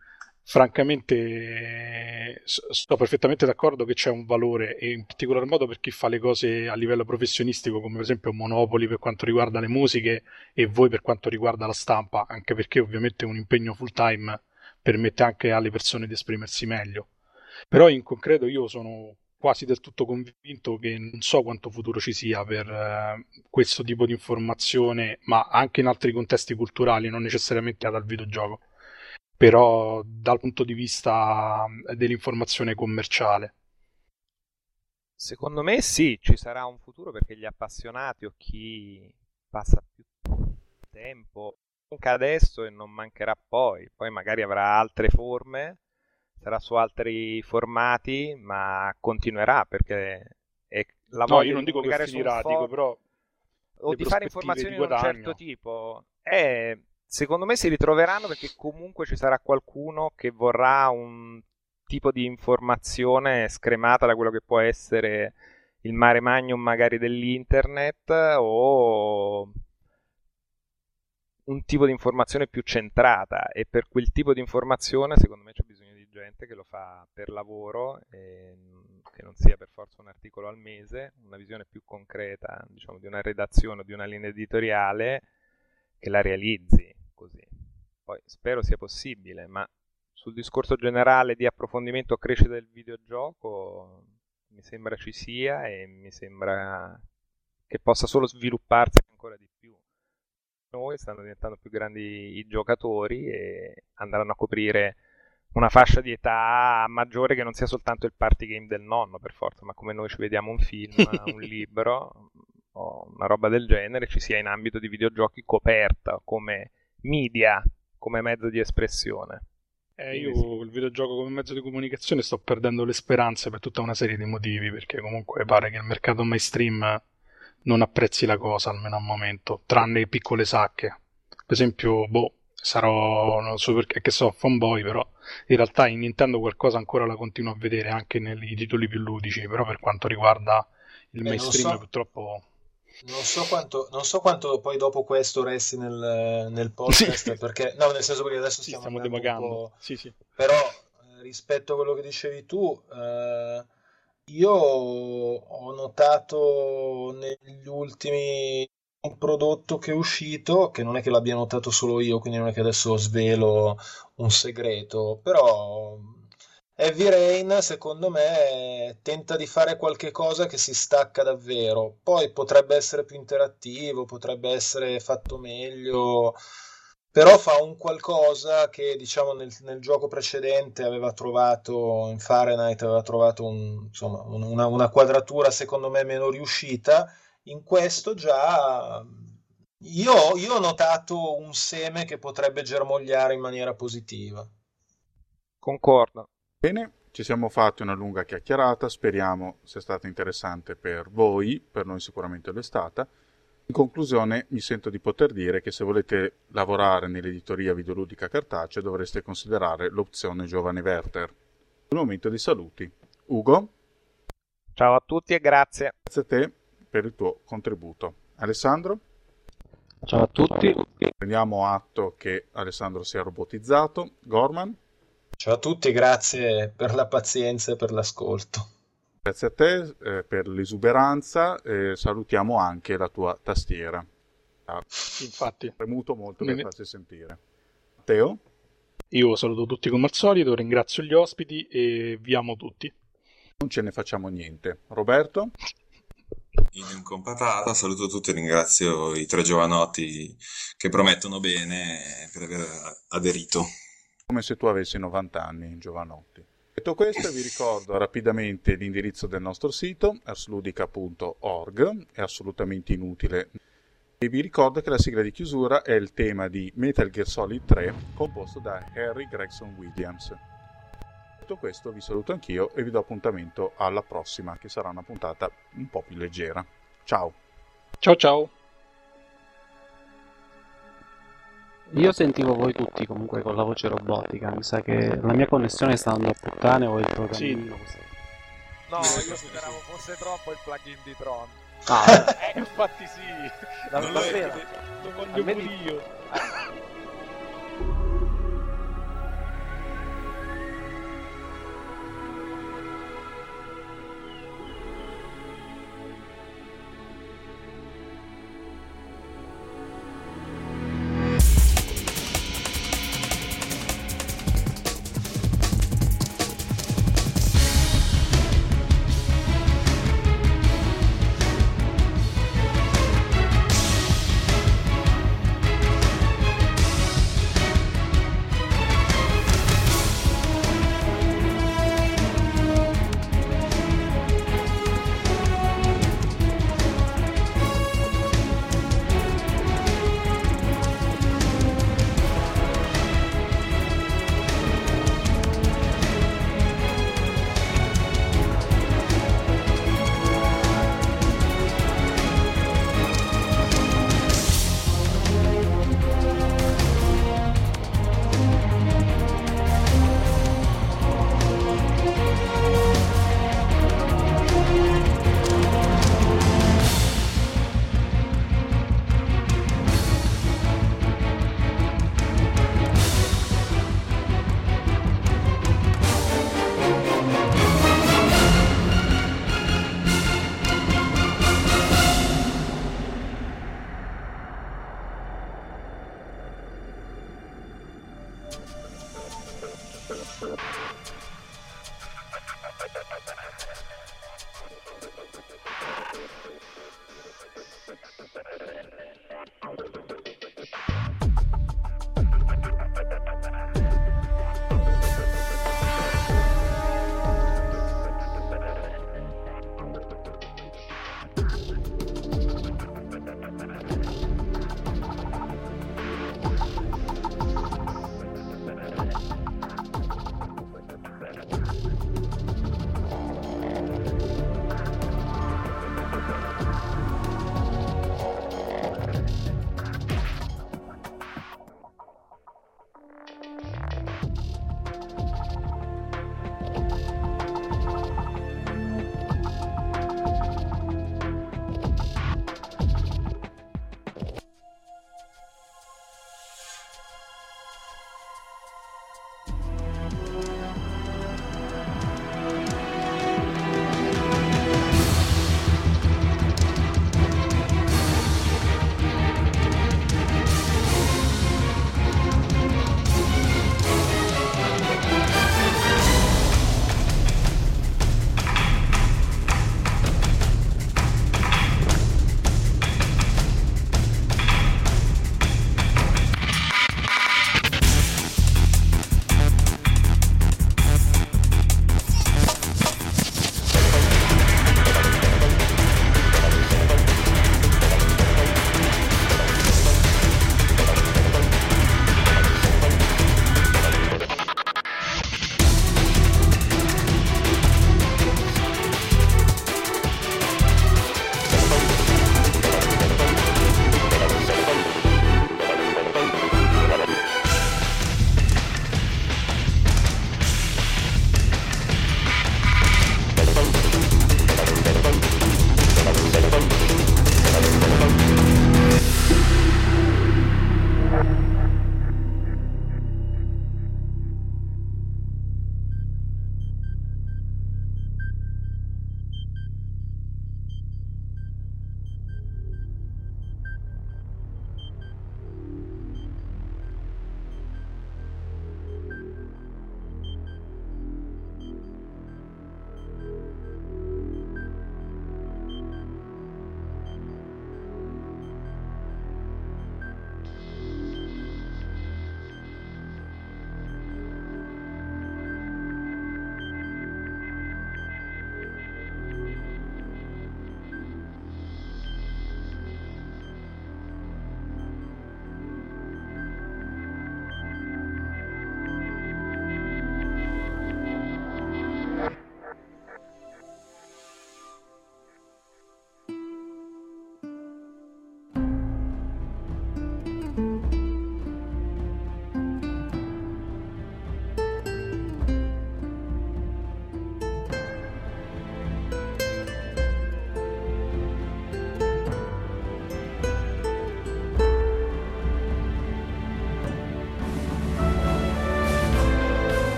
francamente sto perfettamente d'accordo che c'è un valore, e in particolar modo per chi fa le cose a livello professionistico, come per esempio Monopoli per quanto riguarda le musiche e voi per quanto riguarda la stampa, anche perché ovviamente un impegno full time permette anche alle persone di esprimersi meglio. Però in concreto io sono quasi del tutto convinto che non so quanto futuro ci sia per questo tipo di informazione, ma anche in altri contesti culturali, non necessariamente dal videogioco, però dal punto di vista dell'informazione commerciale. Secondo me sì, ci sarà un futuro perché gli appassionati o chi passa più tempo manca adesso e non mancherà poi magari avrà altre forme, sarà su altri formati, ma continuerà perché è la No, voglia io non di dico che comunicare su un finirà, dico però o le di fare prospettive informazioni di di un guadagno. certo tipo. Secondo me si ritroveranno perché comunque ci sarà qualcuno che vorrà un tipo di informazione scremata da quello che può essere il mare magnum magari dell'internet o un tipo di informazione più centrata, e per quel tipo di informazione secondo me c'è bisogno di gente che lo fa per lavoro e che non sia per forza un articolo al mese, una visione più concreta, diciamo, di una redazione o di una linea editoriale che la realizzi così. Poi spero sia possibile, ma sul discorso generale di approfondimento o crescita del videogioco mi sembra ci sia e mi sembra che possa solo svilupparsi ancora di più. Noi stanno diventando più grandi i giocatori e andranno a coprire una fascia di età maggiore che non sia soltanto il party game del nonno per forza, ma come noi ci vediamo un film, un libro o una roba del genere, ci sia in ambito di videogiochi coperta come media come mezzo di espressione. Io il videogioco come mezzo di comunicazione sto perdendo le speranze per tutta una serie di motivi, perché comunque pare che il mercato mainstream non apprezzi la cosa, almeno al momento, tranne piccole sacche. Per esempio, non so perché che so fanboy, però in realtà in Nintendo qualcosa ancora la continuo a vedere anche nei titoli più ludici, però per quanto riguarda il mainstream purtroppo... Non so quanto poi dopo questo resti nel podcast, Sì. perché no, nel senso, perché adesso Sì, stiamo stiamo andando un divagando. po'. Sì. Però rispetto a quello che dicevi tu, io ho notato negli ultimi un prodotto che è uscito, che non è che l'abbia notato solo io, quindi non è che adesso svelo un segreto, però Heavy Rain, secondo me, tenta di fare qualche cosa che si stacca davvero. Poi potrebbe essere più interattivo, potrebbe essere fatto meglio, però fa un qualcosa che, diciamo, nel gioco precedente aveva trovato, in Fahrenheit aveva trovato insomma, una quadratura secondo me meno riuscita. In questo già io ho notato un seme che potrebbe germogliare in maniera positiva. Concordo. Bene, ci siamo fatti una lunga chiacchierata, speriamo sia stata interessante per voi, per noi sicuramente lo è stata. In conclusione mi sento di poter dire che se volete lavorare nell'editoria videoludica cartacea dovreste considerare l'opzione Giovane Werther. Un momento di saluti. Ugo? Ciao a tutti e grazie. Grazie a te per il tuo contributo. Alessandro? Ciao a tutti. Prendiamo atto che Alessandro si è robotizzato. Gorman? Ciao a tutti, grazie per la pazienza e per l'ascolto. Grazie a te per l'esuberanza. Salutiamo anche la tua tastiera. Infatti. Premuto molto per farsi sentire. Matteo? Io saluto tutti come al solito, ringrazio gli ospiti e vi amo tutti. Non ce ne facciamo niente. Roberto? In incompatata, saluto tutti e ringrazio i tre giovanotti che promettono bene per aver aderito. Come se tu avessi 90 anni, giovanotti. Detto questo, vi ricordo rapidamente l'indirizzo del nostro sito, arsludica.org, è assolutamente inutile. E vi ricordo che la sigla di chiusura è il tema di Metal Gear Solid 3, composto da Harry Gregson Williams. Detto questo, vi saluto anch'io e vi do appuntamento alla prossima, che sarà una puntata un po' più leggera. Ciao! Ciao! Io sentivo voi tutti comunque con la voce robotica, mi sa che la mia connessione sta andando a puttane o il programmino. Sì. No, io speravo fosse troppo il plugin di Tron. Infatti sì. Davvero? Lo voglio pure io.